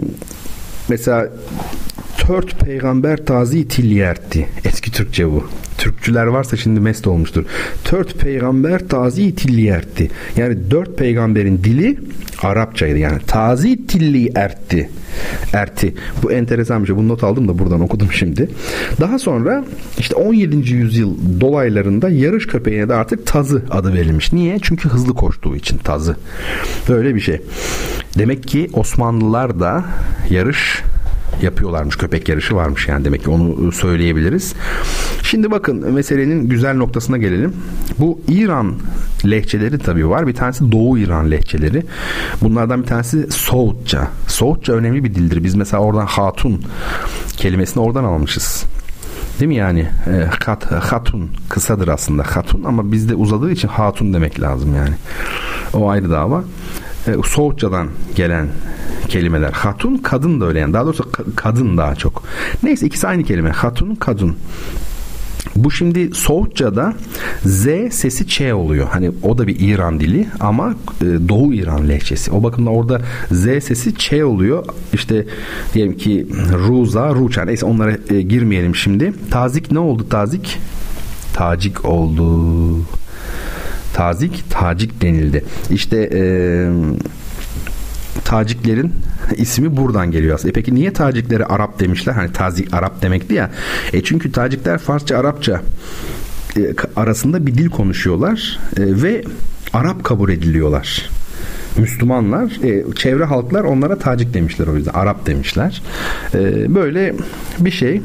mesela Tört peygamber tazi tilyertti. Eski Türkçe bu. Türkçüler varsa şimdi mest olmuştur. Tört peygamber tazi tilyertti. Yani dört peygamberin dili Arapçaydı. Yani tazi tilli ertti. Erti. Bu enteresan bir şey. Bunu not aldım da buradan okudum şimdi. Daha sonra işte on yedinci yüzyıl dolaylarında yarış köpeğine de artık tazı adı verilmiş. Niye? Çünkü hızlı koştuğu için tazı. Böyle bir şey. Demek ki Osmanlılar da yarış yapıyorlarmış. Köpek yarışı varmış yani, demek ki onu söyleyebiliriz. Şimdi bakın, meselenin güzel noktasına gelelim. Bu İran lehçeleri tabii var. Bir tanesi Doğu İran lehçeleri. Bunlardan bir tanesi Soğutça. Soğutça önemli bir dildir. Biz mesela oradan hatun kelimesini oradan almışız. Değil mi yani? E, hat, hatun kısadır aslında. Hatun, ama bizde uzadığı için hatun demek lazım yani. O ayrı dava. E, Soğutçadan gelen kelimeler. Hatun, kadın da öyle yani. Daha doğrusu kadın daha çok. Neyse, ikisi aynı kelime. Hatun, kadın. Bu şimdi Soğutça'da Z sesi Ç oluyor. Hani o da bir İran dili ama e, Doğu İran lehçesi. O bakımdan orada Z sesi Ç oluyor. İşte diyelim ki Ruza, Ruça. Neyse, onlara e, girmeyelim şimdi. Tazik ne oldu tazik? Tacik oldu. Tazik, tacik denildi. İşte eee Taciklerin ismi buradan geliyor aslında. E peki niye Taciklere Arap demişler? Hani tazik Arap demekti ya. E çünkü Tacikler Farsça, Arapça e, arasında bir dil konuşuyorlar e, ve Arap kabul ediliyorlar. Müslümanlar, e, çevre halklar onlara Tacik demişler, o yüzden Arap demişler. E, böyle bir şey.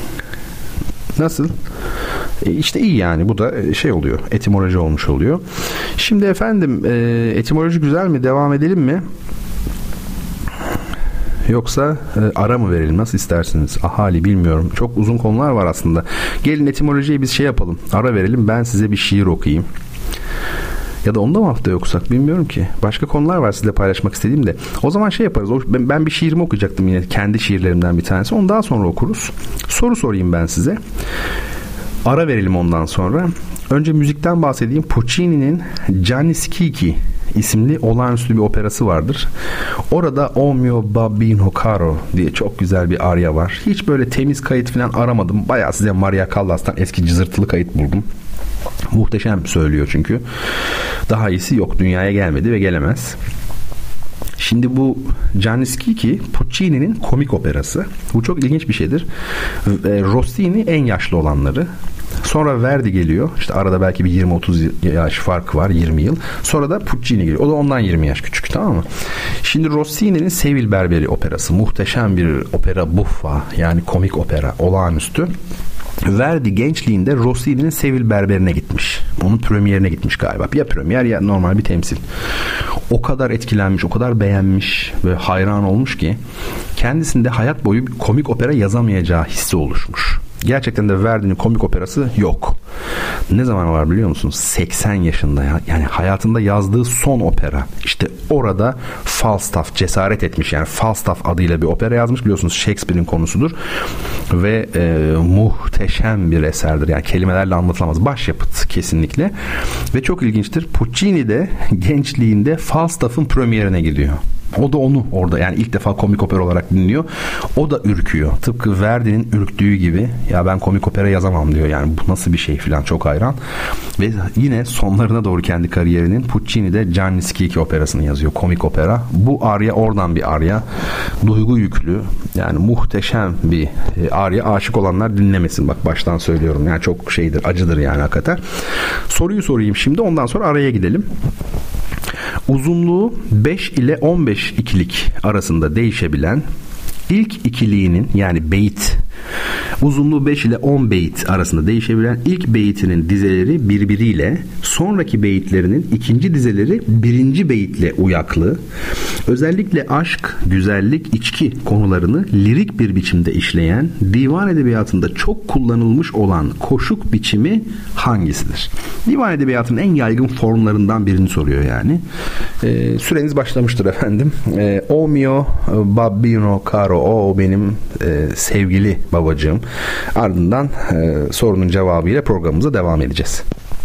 Nasıl? E işte iyi yani, bu da şey oluyor, etimoloji olmuş oluyor. Şimdi efendim, e, etimoloji güzel mi? Devam edelim mi? Yoksa e, ara mı verelim? Nasıl istersiniz? Ahali, bilmiyorum. Çok uzun konular var aslında. Gelin etimolojiye biz şey yapalım. Ara verelim. Ben size bir şiir okuyayım. Ya da onda mı haftaya okusak? Bilmiyorum ki. Başka konular var sizinle paylaşmak istediğim de. O zaman şey yaparız. Ben, ben bir şiirimi okuyacaktım yine. Kendi şiirlerimden bir tanesi. Onu daha sonra okuruz. Soru sorayım ben size. Ara verelim ondan sonra. Önce müzikten bahsedeyim. Puccini'nin Gianni Schicchi isimli olağanüstü bir operası vardır. Orada O mio babbino caro diye çok güzel bir arya var. Hiç böyle temiz kayıt falan aramadım. Bayağı size Maria Callas'tan eski cızırtılı kayıt buldum. Muhteşem söylüyor çünkü. Daha iyisi yok. Dünyaya gelmedi ve gelemez. Şimdi bu Gianni Schicchi Puccini'nin komik operası. Bu çok ilginç bir şeydir. Rossini en yaşlı olanları. Sonra Verdi geliyor. İşte arada belki bir yirmi otuz yaş fark var. yirmi yıl. Sonra da Puccini geliyor. O da ondan yirmi yaş küçük, tamam mı? Şimdi Rossini'nin Sevil Berberi operası. Muhteşem bir opera buffa. Yani komik opera. Olağanüstü. Verdi gençliğinde Rossini'nin Sevil Berberi'ne gitmiş. Onun premierine gitmiş galiba. Ya premier ya normal bir temsil. O kadar etkilenmiş, o kadar beğenmiş ve hayran olmuş ki kendisinde hayat boyu komik opera yazamayacağı hissi oluşmuş. Gerçekten de Verdi'nin komik operası yok. Ne zaman var biliyor musunuz? seksen yaşında ya. Yani hayatında yazdığı son opera. İşte orada Falstaff cesaret etmiş. Yani Falstaff adıyla bir opera yazmış. Biliyorsunuz Shakespeare'in konusudur. Ve e, muhteşem bir eserdir. Yani kelimelerle anlatılamaz. Başyapıt kesinlikle. Ve çok ilginçtir. Puccini de gençliğinde Falstaff'ın premierine gidiyor. O da onu orada yani ilk defa komik opera olarak dinliyor. O da ürküyor. Tıpkı Verdi'nin ürktüğü gibi. Ya ben komik opera yazamam diyor. Yani bu nasıl bir şey falan, çok hayran. Ve yine sonlarına doğru kendi kariyerinin Puccini'de Gianni Schicchi operasını yazıyor. Komik opera. Bu arya oradan bir arya. Duygu yüklü. Yani muhteşem bir arya. Aşık olanlar dinlemesin. Bak baştan söylüyorum. Yani çok şeydir, acıdır yani hakikaten. Soruyu sorayım şimdi. Ondan sonra araya gidelim. Uzunluğu beş ile on beş ikilik arasında değişebilen ilk ikiliğinin yani beyit, uzunluğu beş ile on beyit arasında değişebilen ilk beyitinin dizeleri birbiriyle, sonraki beyitlerinin ikinci dizeleri birinci beyitle uyaklı, özellikle aşk, güzellik, içki konularını lirik bir biçimde işleyen, divan edebiyatında çok kullanılmış olan koşuk biçimi hangisidir? Divan edebiyatının en yaygın formlarından birini soruyor yani. Ee, süreniz başlamıştır efendim. Ee, O mio babbino caro, o benim e, sevgili babacığım. Ardından e, sorunun cevabıyla programımıza devam edeceğiz.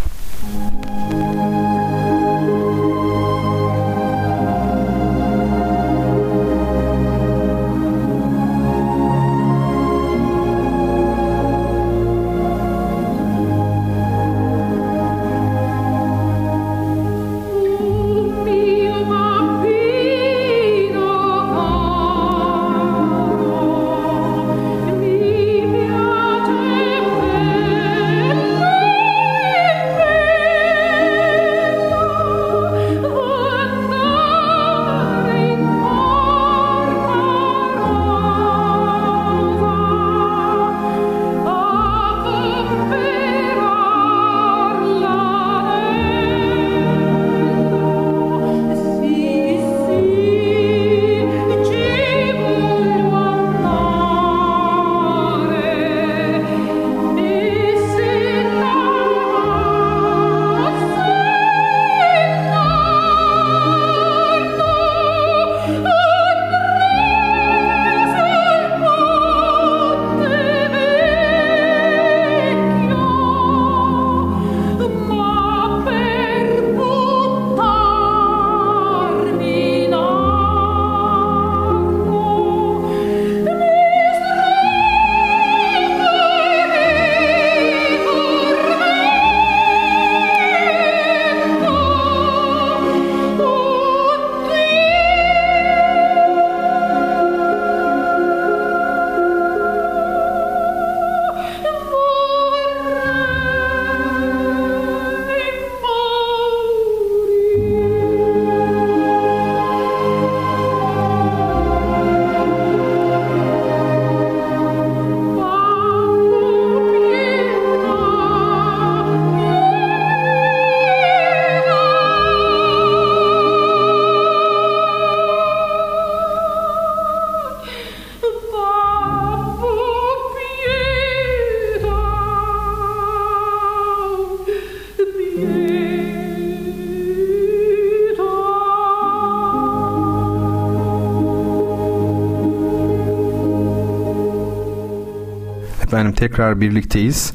Efendim tekrar birlikteyiz.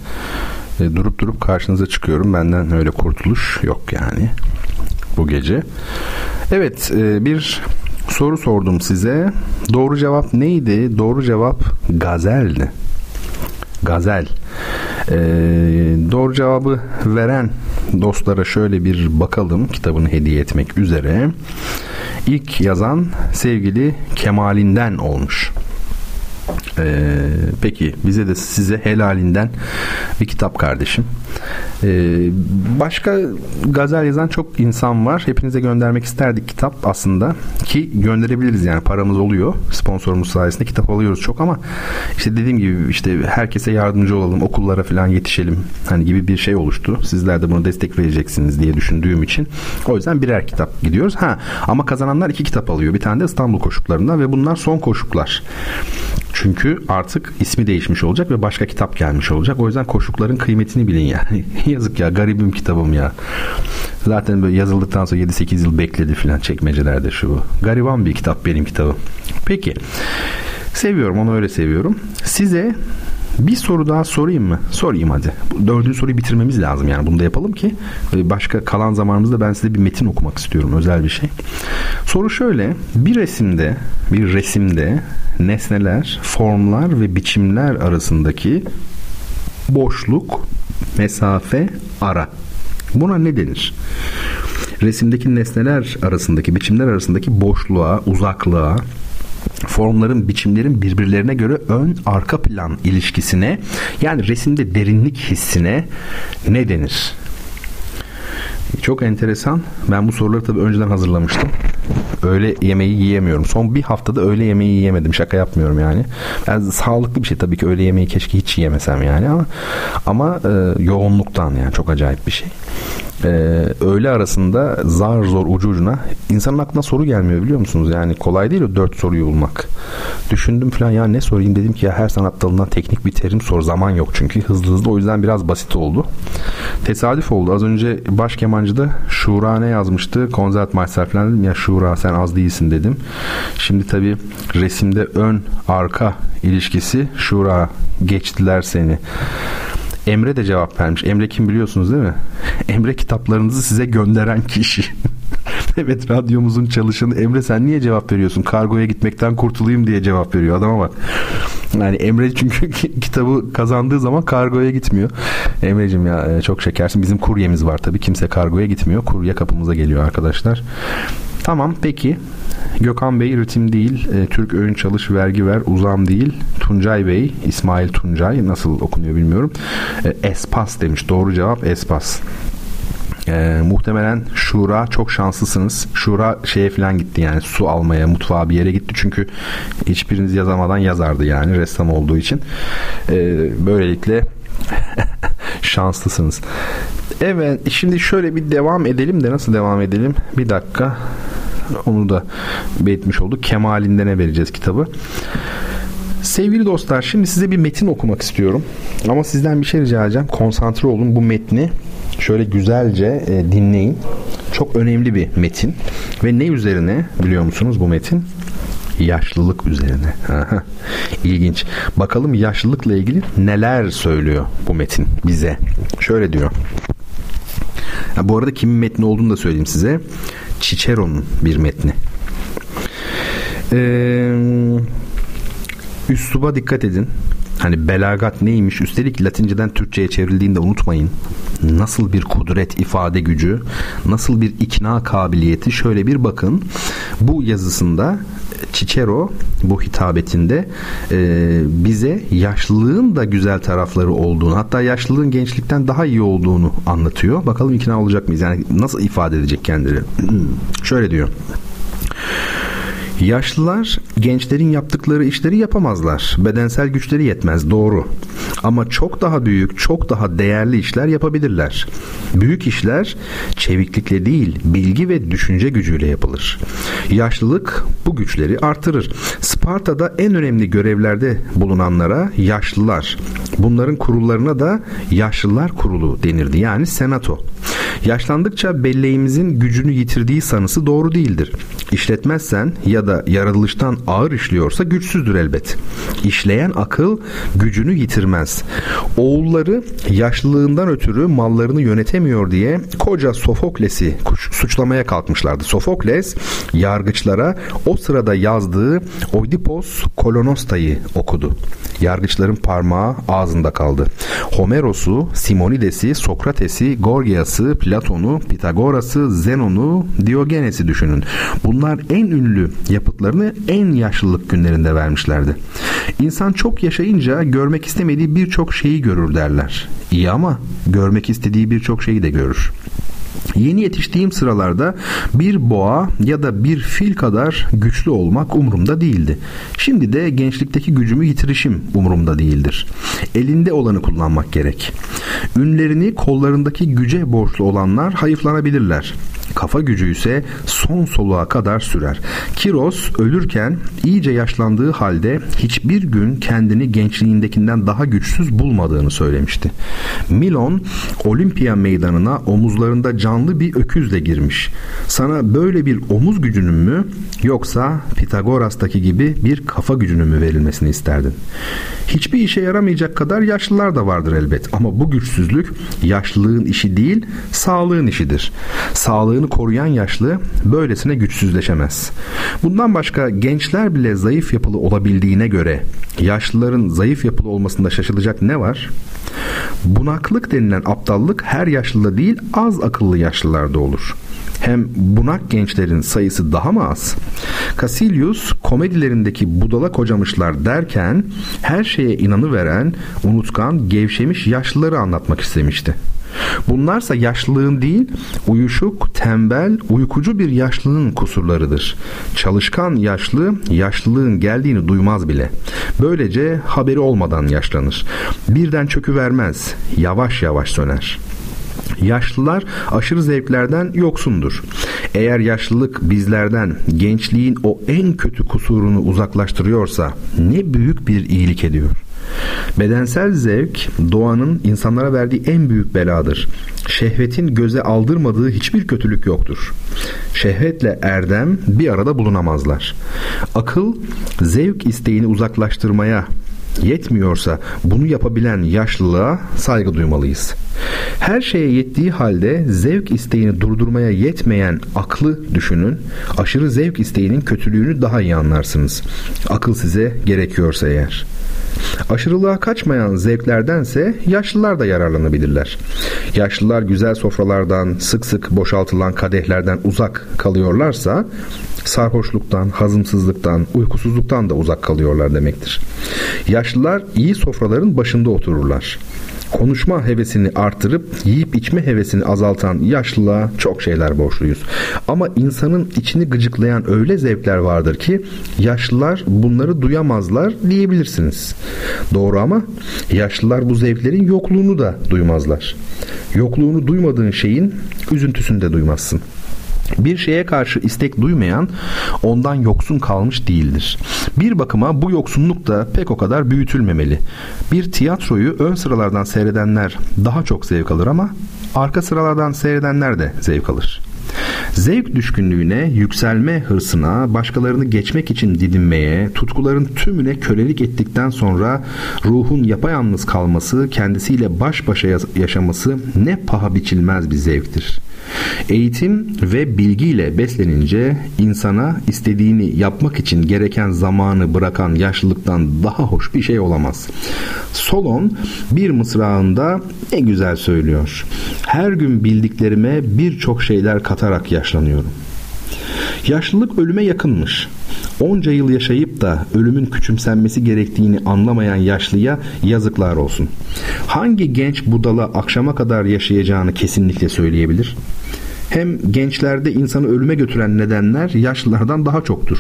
E, durup durup karşınıza çıkıyorum. Benden öyle kurtuluş yok yani bu gece. Evet, bir soru sordum size. Doğru cevap neydi? Doğru cevap gazeldi. Gazel. Ee, doğru cevabı veren dostlara şöyle bir bakalım, kitabını hediye etmek üzere. İlk yazan sevgili Kemalinden olmuş. Ee, peki bize de size helalinden bir kitap kardeşim. Ee, başka gazel yazan çok insan var. Hepinize göndermek isterdik kitap aslında, ki gönderebiliriz yani, paramız oluyor. Sponsorumuz sayesinde kitap alıyoruz çok, ama işte dediğim gibi işte herkese yardımcı olalım, okullara falan yetişelim hani gibi bir şey oluştu. Sizler de buna destek vereceksiniz diye düşündüğüm için. O yüzden birer kitap gidiyoruz. Ha, ama kazananlar iki kitap alıyor. Bir tane de İstanbul koşuklarından ve bunlar son koşuklar. Çünkü artık ismi değişmiş olacak ve başka kitap gelmiş olacak. O yüzden koşukların kıymetini bilin yani. Yazık ya, garibim kitabım ya. Zaten böyle yazıldıktan sonra yedi sekiz yıl bekledi filan çekmecelerde şu bu. Gariban bir kitap benim kitabım. Peki. Seviyorum, onu öyle seviyorum. Size bir soru daha sorayım mı? Sorayım hadi. Dördüncü soruyu bitirmemiz lazım yani. Bunu da yapalım ki başka kalan zamanımızda ben size bir metin okumak istiyorum. Özel bir şey. Soru şöyle. Bir resimde, bir resimde nesneler, formlar ve biçimler arasındaki boşluk, mesafe, ara. Buna ne denir? Resimdeki nesneler arasındaki, biçimler arasındaki boşluğa, uzaklığa, formların, biçimlerin birbirlerine göre ön arka plan ilişkisine, yani resimde derinlik hissine ne denir? Çok enteresan. Ben bu soruları tabii önceden hazırlamıştım. Öğle yemeği yiyemiyorum. Son bir haftada öğle yemeği yiyemedim. Şaka yapmıyorum yani. Yani sağlıklı bir şey tabii ki, öğle yemeği keşke hiç yiyemesem yani, ama ama e, yoğunluktan yani çok acayip bir şey. Ee, öğle arasında zar zor ucu ucuna, insanın aklına soru gelmiyor biliyor musunuz? Yani kolay değil o dört soruyu bulmak. Düşündüm falan, ya ne sorayım, dedim ki ya her sanat dalından teknik bir terim sor. Zaman yok çünkü, hızlı hızlı, o yüzden biraz basit oldu. Tesadüf oldu. Az önce baş kemancıda Şura ne yazmıştı? Konzertmeister falan dedim ya, Şura sen az değilsin dedim. Şimdi tabii resimde ön arka ilişkisi, Şura geçtiler seni. Emre de cevap vermiş. Emre kim biliyorsunuz değil mi? Emre kitaplarınızı size gönderen kişi. Evet, radyomuzun çalışanı. Emre sen niye cevap veriyorsun? Kargoya gitmekten kurtulayım diye cevap veriyor. Adama bak. Yani Emre çünkü kitabı kazandığı zaman kargoya gitmiyor. Emre'cim ya çok şekersin. Bizim kuryemiz var tabii. Kimse kargoya gitmiyor. Kurye kapımıza geliyor arkadaşlar. Tamam peki. Gökhan Bey ritim değil, e, Türk Öğün Çalış Vergi Ver Uzam değil. Tuncay Bey, İsmail Tuncay, nasıl okunuyor bilmiyorum. E, Espas demiş. Doğru cevap Espas. E, muhtemelen Şura çok şanslısınız. Şura şeye falan gitti yani, su almaya, mutfağa bir yere gitti. Çünkü hiçbiriniz yazamadan yazardı yani, ressam olduğu için. E, böylelikle şanslısınız. Evet, şimdi şöyle bir devam edelim de, nasıl devam edelim? Bir dakika. Onu da belirtmiş olduk. Kemalinden'e vereceğiz kitabı. Sevgili dostlar, şimdi size bir metin okumak istiyorum. Ama sizden bir şey rica edeceğim. Konsantre olun. Bu metni şöyle güzelce e, dinleyin. Çok önemli bir metin. Ve ne üzerine biliyor musunuz bu metin? Yaşlılık üzerine. Aha. İlginç. Bakalım yaşlılıkla ilgili neler söylüyor bu metin bize. Şöyle diyor. Ha, bu arada kimin metni olduğunu da söyleyeyim size. Cicero'nun bir metni. Ee, üsluba dikkat edin. Hani belagat neymiş? Üstelik Latinceden Türkçe'ye çevrildiğinde unutmayın. Nasıl bir kudret, ifade gücü, nasıl bir ikna kabiliyeti, şöyle bir bakın. Bu yazısında Cicero bu hitabetinde e, bize yaşlılığın da güzel tarafları olduğunu, hatta yaşlılığın gençlikten daha iyi olduğunu anlatıyor. Bakalım ikna olacak mıyız? Yani nasıl ifade edecek kendileri? Şöyle diyor. Yaşlılar gençlerin yaptıkları işleri yapamazlar. Bedensel güçleri yetmez, doğru. Ama çok daha büyük, çok daha değerli işler yapabilirler. Büyük işler çeviklikle değil, bilgi ve düşünce gücüyle yapılır. Yaşlılık bu güçleri artırır. Sparta'da en önemli görevlerde bulunanlara yaşlılar, bunların kurullarına da yaşlılar kurulu denirdi. Yani senato. Yaşlandıkça belleğimizin gücünü yitirdiği sanısı doğru değildir. İşletmezsen ya da yaratılıştan ağır işliyorsa güçsüzdür elbet. İşleyen akıl gücünü yitirmez. Oğulları yaşlılığından ötürü mallarını yönetemiyor diye koca Sofokles'i suçlamaya kalkmışlardı. Sofokles yargıçlara o sırada yazdığı Oidipos Kolonosta'yı okudu. Yargıçların parmağı ağzında kaldı. Homeros'u, Simonides'i, Sokrates'i, Gorgias'ı, Platon'u, Pitagoras'ı, Zenon'u, Diogenes'i düşünün. Bunlar en ünlü yapıtlarını en yaşlılık günlerinde vermişlerdi. İnsan çok yaşayınca görmek istemediği birçok şeyi görür derler. İyi ama görmek istediği birçok şeyi de görür. Yeni yetiştiğim sıralarda bir boğa ya da bir fil kadar güçlü olmak umurumda değildi. Şimdi de gençlikteki gücümü yitirişim umurumda değildir. Elinde olanı kullanmak gerek. Ünlerini kollarındaki güce borçlu olanlar hayıflanabilirler. Kafa gücü ise son soluğa kadar sürer. Kiros ölürken iyice yaşlandığı halde hiçbir gün kendini gençliğindekinden daha güçsüz bulmadığını söylemişti. Milon Olimpiya meydanına omuzlarında canlı bir öküzle girmiş. Sana böyle bir omuz gücünün mü yoksa Pitagoras'taki gibi bir kafa gücünün mü verilmesini isterdin? Hiçbir işe yaramayacak kadar yaşlılar da vardır elbet ama bu güçsüzlük yaşlılığın işi değil, sağlığın işidir. Sağlığını koruyan yaşlı böylesine güçsüzleşemez. Bundan başka gençler bile zayıf yapılı olabildiğine göre yaşlıların zayıf yapılı olmasında şaşılacak ne var? Bunaklık denilen aptallık her yaşlıda değil az akıllı yaşlılarda olur. Hem bunak gençlerin sayısı daha mı az? Caecilius komedilerindeki budala kocamışlar derken her şeye inanıveren, unutkan, gevşemiş yaşlıları anlatmak istemişti. Bunlarsa yaşlılığın değil, uyuşuk, tembel, uykucu bir yaşlının kusurlarıdır. Çalışkan yaşlı, yaşlılığın geldiğini duymaz bile. Böylece haberi olmadan yaşlanır. Birden çöküvermez, yavaş yavaş söner. Yaşlılar aşırı zevklerden yoksundur. Eğer yaşlılık bizlerden gençliğin o en kötü kusurunu uzaklaştırıyorsa ne büyük bir iyilik ediyor. Bedensel zevk doğanın insanlara verdiği en büyük beladır. Şehvetin göze aldırmadığı hiçbir kötülük yoktur. Şehvetle erdem bir arada bulunamazlar. Akıl zevk isteğini uzaklaştırmaya yetmiyorsa bunu yapabilen yaşlılığa saygı duymalıyız. Her şeye yettiği halde zevk isteğini durdurmaya yetmeyen aklı düşünün. Aşırı zevk isteğinin kötülüğünü daha iyi anlarsınız. Akıl size gerekiyorsa eğer. Aşırılığa kaçmayan zevklerdense yaşlılar da yararlanabilirler. Yaşlılar güzel sofralardan, sık sık boşaltılan kadehlerden uzak kalıyorlarsa sarhoşluktan, hazımsızlıktan, uykusuzluktan da uzak kalıyorlar demektir. Yaşlılar iyi sofraların başında otururlar. Konuşma hevesini artırıp yiyip içme hevesini azaltan yaşlılığa çok şeyler borçluyuz. Ama insanın içini gıcıklayan öyle zevkler vardır ki yaşlılar bunları duyamazlar diyebilirsiniz. Doğru ama yaşlılar bu zevklerin yokluğunu da duymazlar. Yokluğunu duymadığın şeyin üzüntüsünü de duymazsın. Bir şeye karşı istek duymayan ondan yoksun kalmış değildir. Bir bakıma bu yoksunluk da pek o kadar büyütülmemeli. Bir tiyatroyu ön sıralardan seyredenler daha çok zevk alır ama arka sıralardan seyredenler de zevk alır. Zevk düşkünlüğüne, yükselme hırsına, başkalarını geçmek için didinmeye, tutkuların tümüne kölelik ettikten sonra ruhun yapayalnız kalması, kendisiyle baş başa yaşaması ne paha biçilmez bir zevktir. Eğitim ve bilgiyle beslenince insana istediğini yapmak için gereken zamanı bırakan yaşlılıktan daha hoş bir şey olamaz. Solon bir mısrağında ne güzel söylüyor. Her gün bildiklerime birçok şeyler katarak yaşlanıyorum. Yaşlılık ölüme yakınmış. Onca yıl yaşayıp da ölümün küçümsenmesi gerektiğini anlamayan yaşlıya yazıklar olsun. Hangi genç budala akşama kadar yaşayacağını kesinlikle söyleyebilir? Hem gençlerde insanı ölüme götüren nedenler yaşlılardan daha çoktur.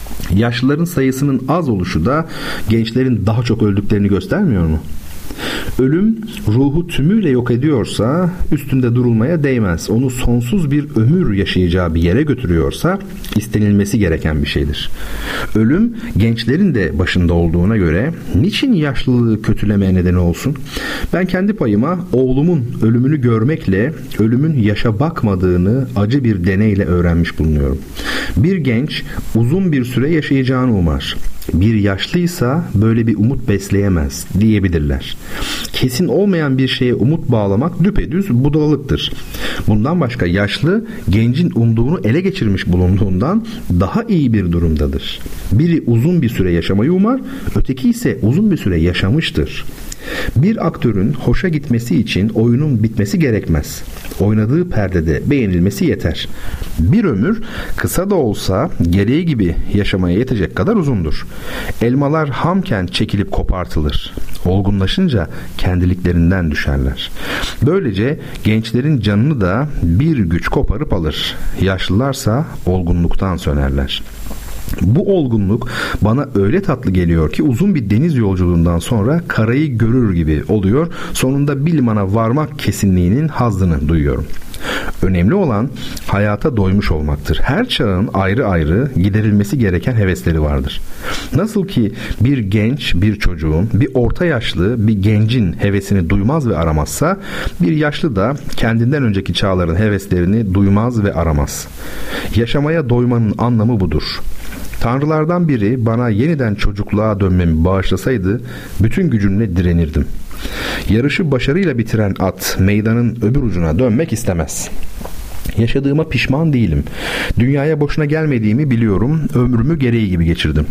Yaşlıların sayısının az oluşu da gençlerin daha çok öldüklerini göstermiyor mu? Ölüm ruhu tümüyle yok ediyorsa üstünde durulmaya değmez. Onu sonsuz bir ömür yaşayacağı bir yere götürüyorsa istenilmesi gereken bir şeydir. Ölüm gençlerin de başında olduğuna göre niçin yaşlılığı kötülemeye neden olsun? Ben kendi payıma oğlumun ölümünü görmekle ölümün yaşa bakmadığını acı bir deneyle öğrenmiş bulunuyorum. Bir genç uzun bir süre yaşayacağını umar. Bir yaşlıysa böyle bir umut besleyemez diyebilirler. Kesin olmayan bir şeye umut bağlamak düpedüz budalalıktır. Bundan başka yaşlı gencin umduğunu ele geçirmiş bulunduğundan daha iyi bir durumdadır. Biri uzun bir süre yaşamayı umar, öteki ise uzun bir süre yaşamıştır. Bir aktörün hoşa gitmesi için oyunun bitmesi gerekmez. Oynadığı perdede beğenilmesi yeter. Bir ömür kısa da olsa gereği gibi yaşamaya yetecek kadar uzundur. Elmalar hamken çekilip kopartılır. Olgunlaşınca kendiliklerinden düşerler. Böylece gençlerin canını da bir güç koparıp alır. Yaşlılarsa olgunluktan sönerler. Bu olgunluk bana öyle tatlı geliyor ki uzun bir deniz yolculuğundan sonra karayı görür gibi oluyor. Sonunda bir limana varmak kesinliğinin hazzını duyuyorum. Önemli olan hayata doymuş olmaktır. Her çağın ayrı ayrı giderilmesi gereken hevesleri vardır. Nasıl ki bir genç bir çocuğun, bir orta yaşlı bir gencin hevesini duymaz ve aramazsa, bir yaşlı da kendinden önceki çağların heveslerini duymaz ve aramaz. Yaşamaya doymanın anlamı budur. Tanrılardan biri bana yeniden çocukluğa dönmemi bağışlasaydı bütün gücümle direnirdim. Yarışı başarıyla bitiren at meydanın öbür ucuna dönmek istemez. Yaşadığıma pişman değilim. Dünyaya boşuna gelmediğimi biliyorum. Ömrümü gereği gibi geçirdim.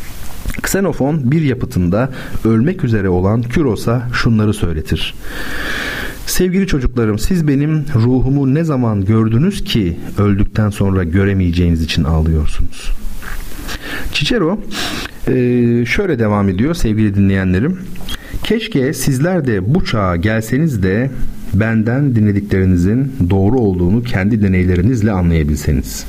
Ksenofon bir yapıtında ölmek üzere olan Küros'a şunları söyletir. Sevgili çocuklarım, siz benim ruhumu ne zaman gördünüz ki öldükten sonra göremeyeceğiniz için ağlıyorsunuz? Cicero şöyle devam ediyor sevgili dinleyenlerim. Keşke sizler de bu çağa gelseniz de benden dinlediklerinizin doğru olduğunu kendi deneylerinizle anlayabilseniz.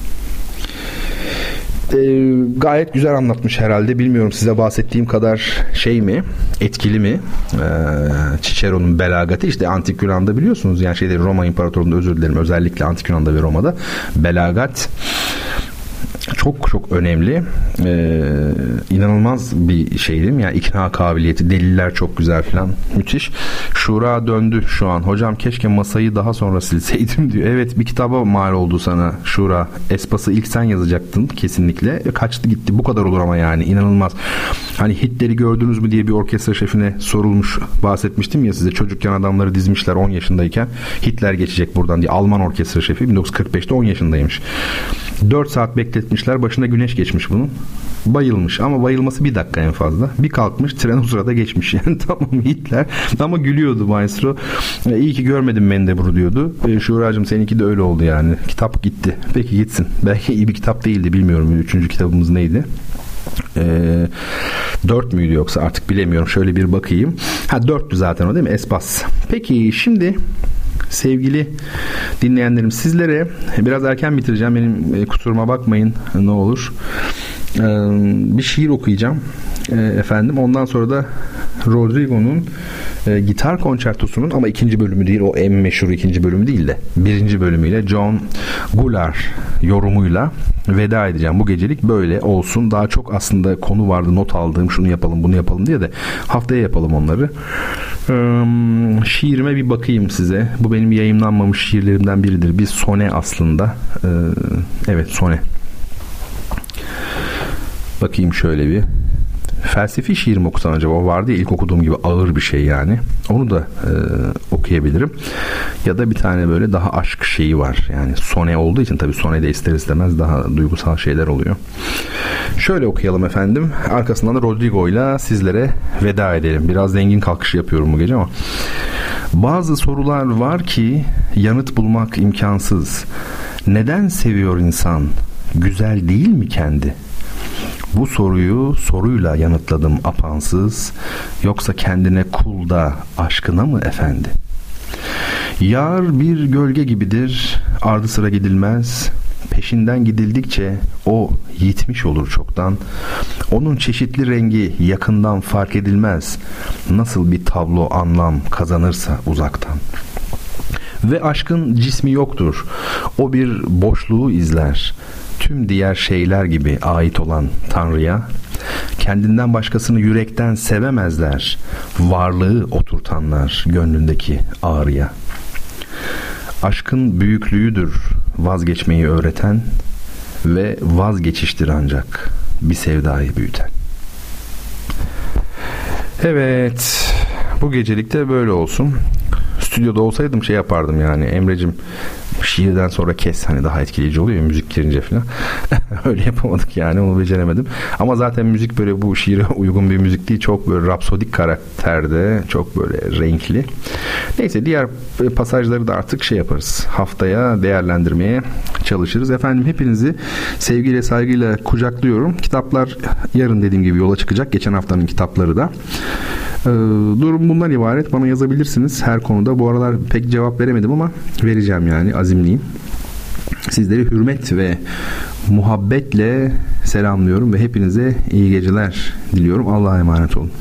Ee, gayet güzel anlatmış herhalde. Bilmiyorum size bahsettiğim kadar şey mi, etkili mi? Ee, Cicero'nun belagatı işte Antik Yunan'da biliyorsunuz yani şeyleri Roma İmparatorluğu'nda özür dilerim özellikle Antik Yunan'da ve Roma'da belagat çok çok önemli. Ee, inanılmaz bir şey değil mi? Yani ikna kabiliyeti, deliller çok güzel falan. Müthiş. Şura döndü şu an. Hocam keşke masayı daha sonra silseydim diyor. Evet bir kitaba mal oldu sana Şura. Espas'ı ilk sen yazacaktın kesinlikle. Kaçtı gitti. Bu kadar olur ama yani. İnanılmaz. Hani Hitler'i gördünüz mü diye bir orkestra şefine sorulmuş. Bahsetmiştim ya size. Çocukken adamları dizmişler on yaşındayken. Hitler geçecek buradan diye. Alman orkestra şefi. bin dokuz yüz kırk beşte on yaşındaymış. dört saat bekletmişler. Başına güneş geçmiş bunun. Bayılmış ama bayılması bir dakika en fazla. Bir kalkmış tren o sırada geçmiş. Yani tamam Hitler ama gülüyordu maestro. E, iyi ki görmedim Mendebur'u diyordu. E, Şuracığım seninki de öyle oldu yani. Kitap gitti. Peki gitsin. Belki iyi bir kitap değildi bilmiyorum. Üçüncü kitabımız neydi? E, dört müydü yoksa artık bilemiyorum. Şöyle bir bakayım. Ha dörttü zaten o değil mi? Espas. Peki şimdi sevgili dinleyenlerim sizlere biraz erken bitireceğim. Benim kusuruma bakmayın ne olur. Ee, bir şiir okuyacağım. Ee, efendim ondan sonra da Rodrigo'nun e, gitar konçertosunun ama ikinci bölümü değil o en meşhur ikinci bölümü değil de birinci bölümüyle John Goulart yorumuyla veda edeceğim. Bu gecelik böyle olsun. Daha çok aslında konu vardı not aldığım şunu yapalım bunu yapalım diye de haftaya yapalım onları. Ee, şiirime bir bakayım size. Bu benim yayımlanmamış şiirlerimden biridir. Bir sone aslında. Ee, evet sone. Bakayım şöyle bir. Felsefi şiir mi okusam acaba? O vardı ya ilk okuduğum gibi ağır bir şey yani. Onu da e, okuyabilirim. Ya da bir tane böyle daha aşk şeyi var. Yani sone olduğu için tabii sone de ister istemez daha duygusal şeyler oluyor. Şöyle okuyalım efendim. Arkasından da Rodrigo ile sizlere veda edelim. Biraz zengin kalkışı yapıyorum bu gece ama. Bazı sorular var ki yanıt bulmak imkansız. Neden seviyor insan? Güzel değil mi kendi? Bu soruyu soruyla yanıtladım apansız. Yoksa kendine kul da aşkına mı efendi? Yar bir gölge gibidir, ardı sıra gidilmez. peşinden gidildikçe o yitmiş olur çoktan. Onun çeşitli rengi yakından fark edilmez. Nasıl bir tablo anlam kazanırsa uzaktan. Ve aşkın cismi yoktur. O bir boşluğu izler. Tüm diğer şeyler gibi ait olan Tanrı'ya, kendinden başkasını yürekten sevemezler. Varlığı oturtanlar gönlündeki ağrıya. Aşkın büyüklüğüdür vazgeçmeyi öğreten ve vazgeçiştir ancak bir sevdayı büyüten. Evet, bu gecelik de böyle olsun. Stüdyoda olsaydım şey yapardım yani, Emre'cim şiirden sonra kes, hani daha etkileyici oluyor ya müzik girince falan. Öyle yapamadık yani, onu beceremedim. Ama zaten müzik böyle bu şiire uygun bir müzik değil. Çok böyle rapsodik karakterde, çok böyle renkli. Neyse, diğer pasajları da artık şey yaparız. Haftaya değerlendirmeye çalışırız. Efendim, hepinizi sevgiyle saygıyla kucaklıyorum. Kitaplar yarın dediğim gibi yola çıkacak. Geçen haftanın kitapları da. Ee, durum bundan ibaret. Bana yazabilirsiniz her konuda. Bu aralar pek cevap veremedim ama vereceğim yani, azimliyim. Sizleri hürmet ve muhabbetle selamlıyorum ve hepinize iyi geceler diliyorum. Allah'a emanet olun.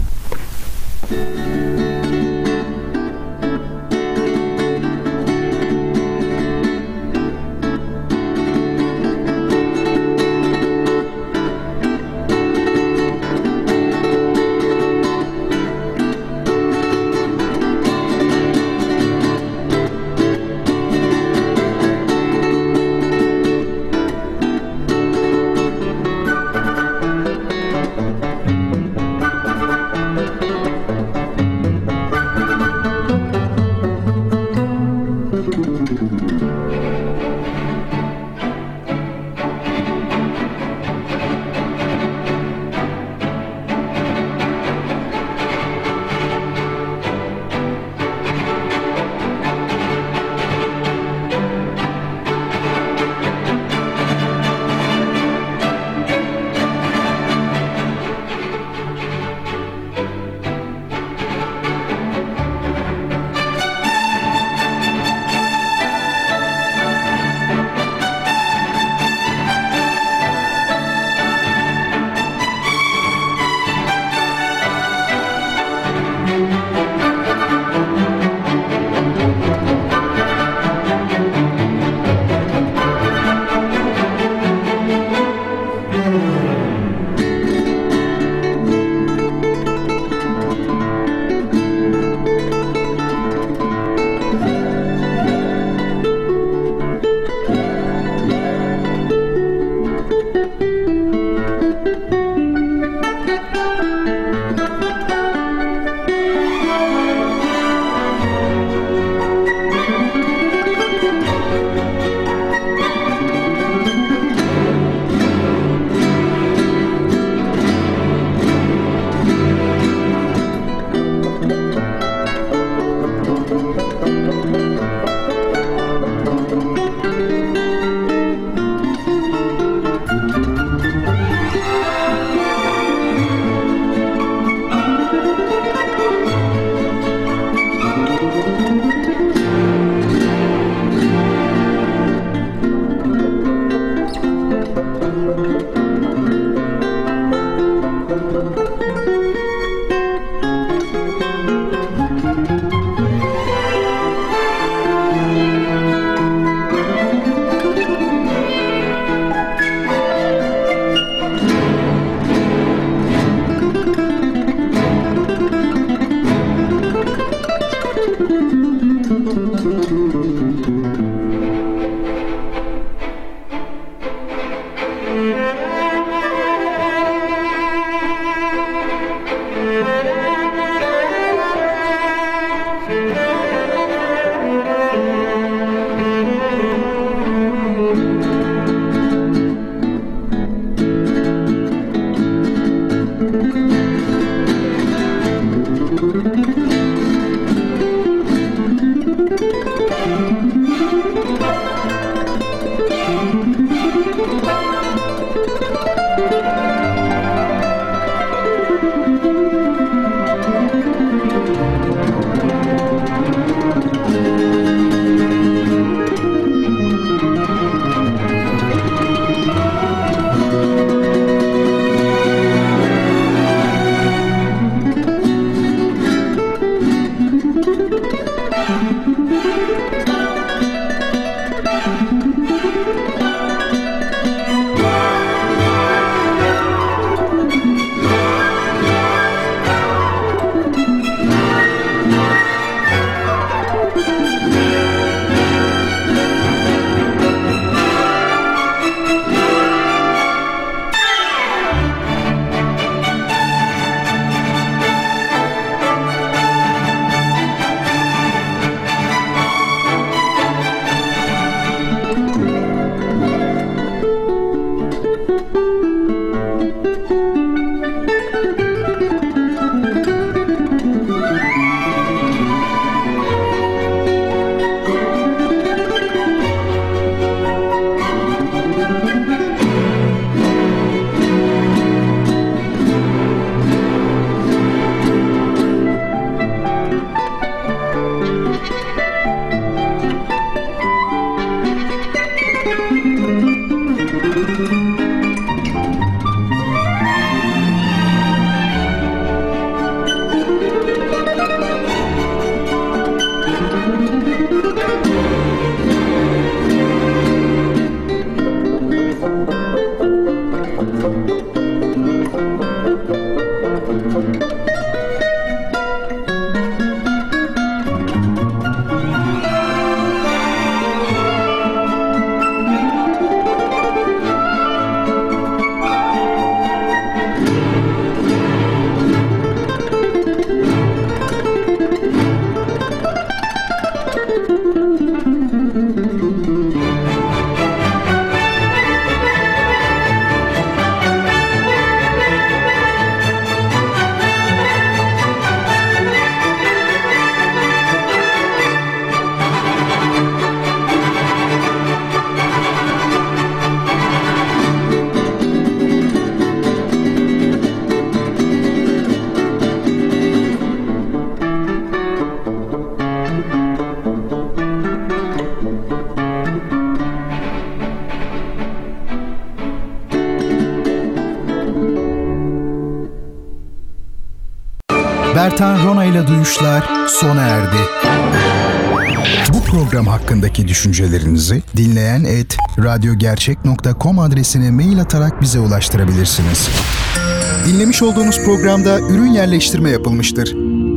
Ertan Rona ile Duyuşlar sona erdi. Bu program hakkındaki düşüncelerinizi dinleyen et radyogercek nokta com adresine mail atarak bize ulaştırabilirsiniz. Dinlemiş olduğunuz programda ürün yerleştirme yapılmıştır.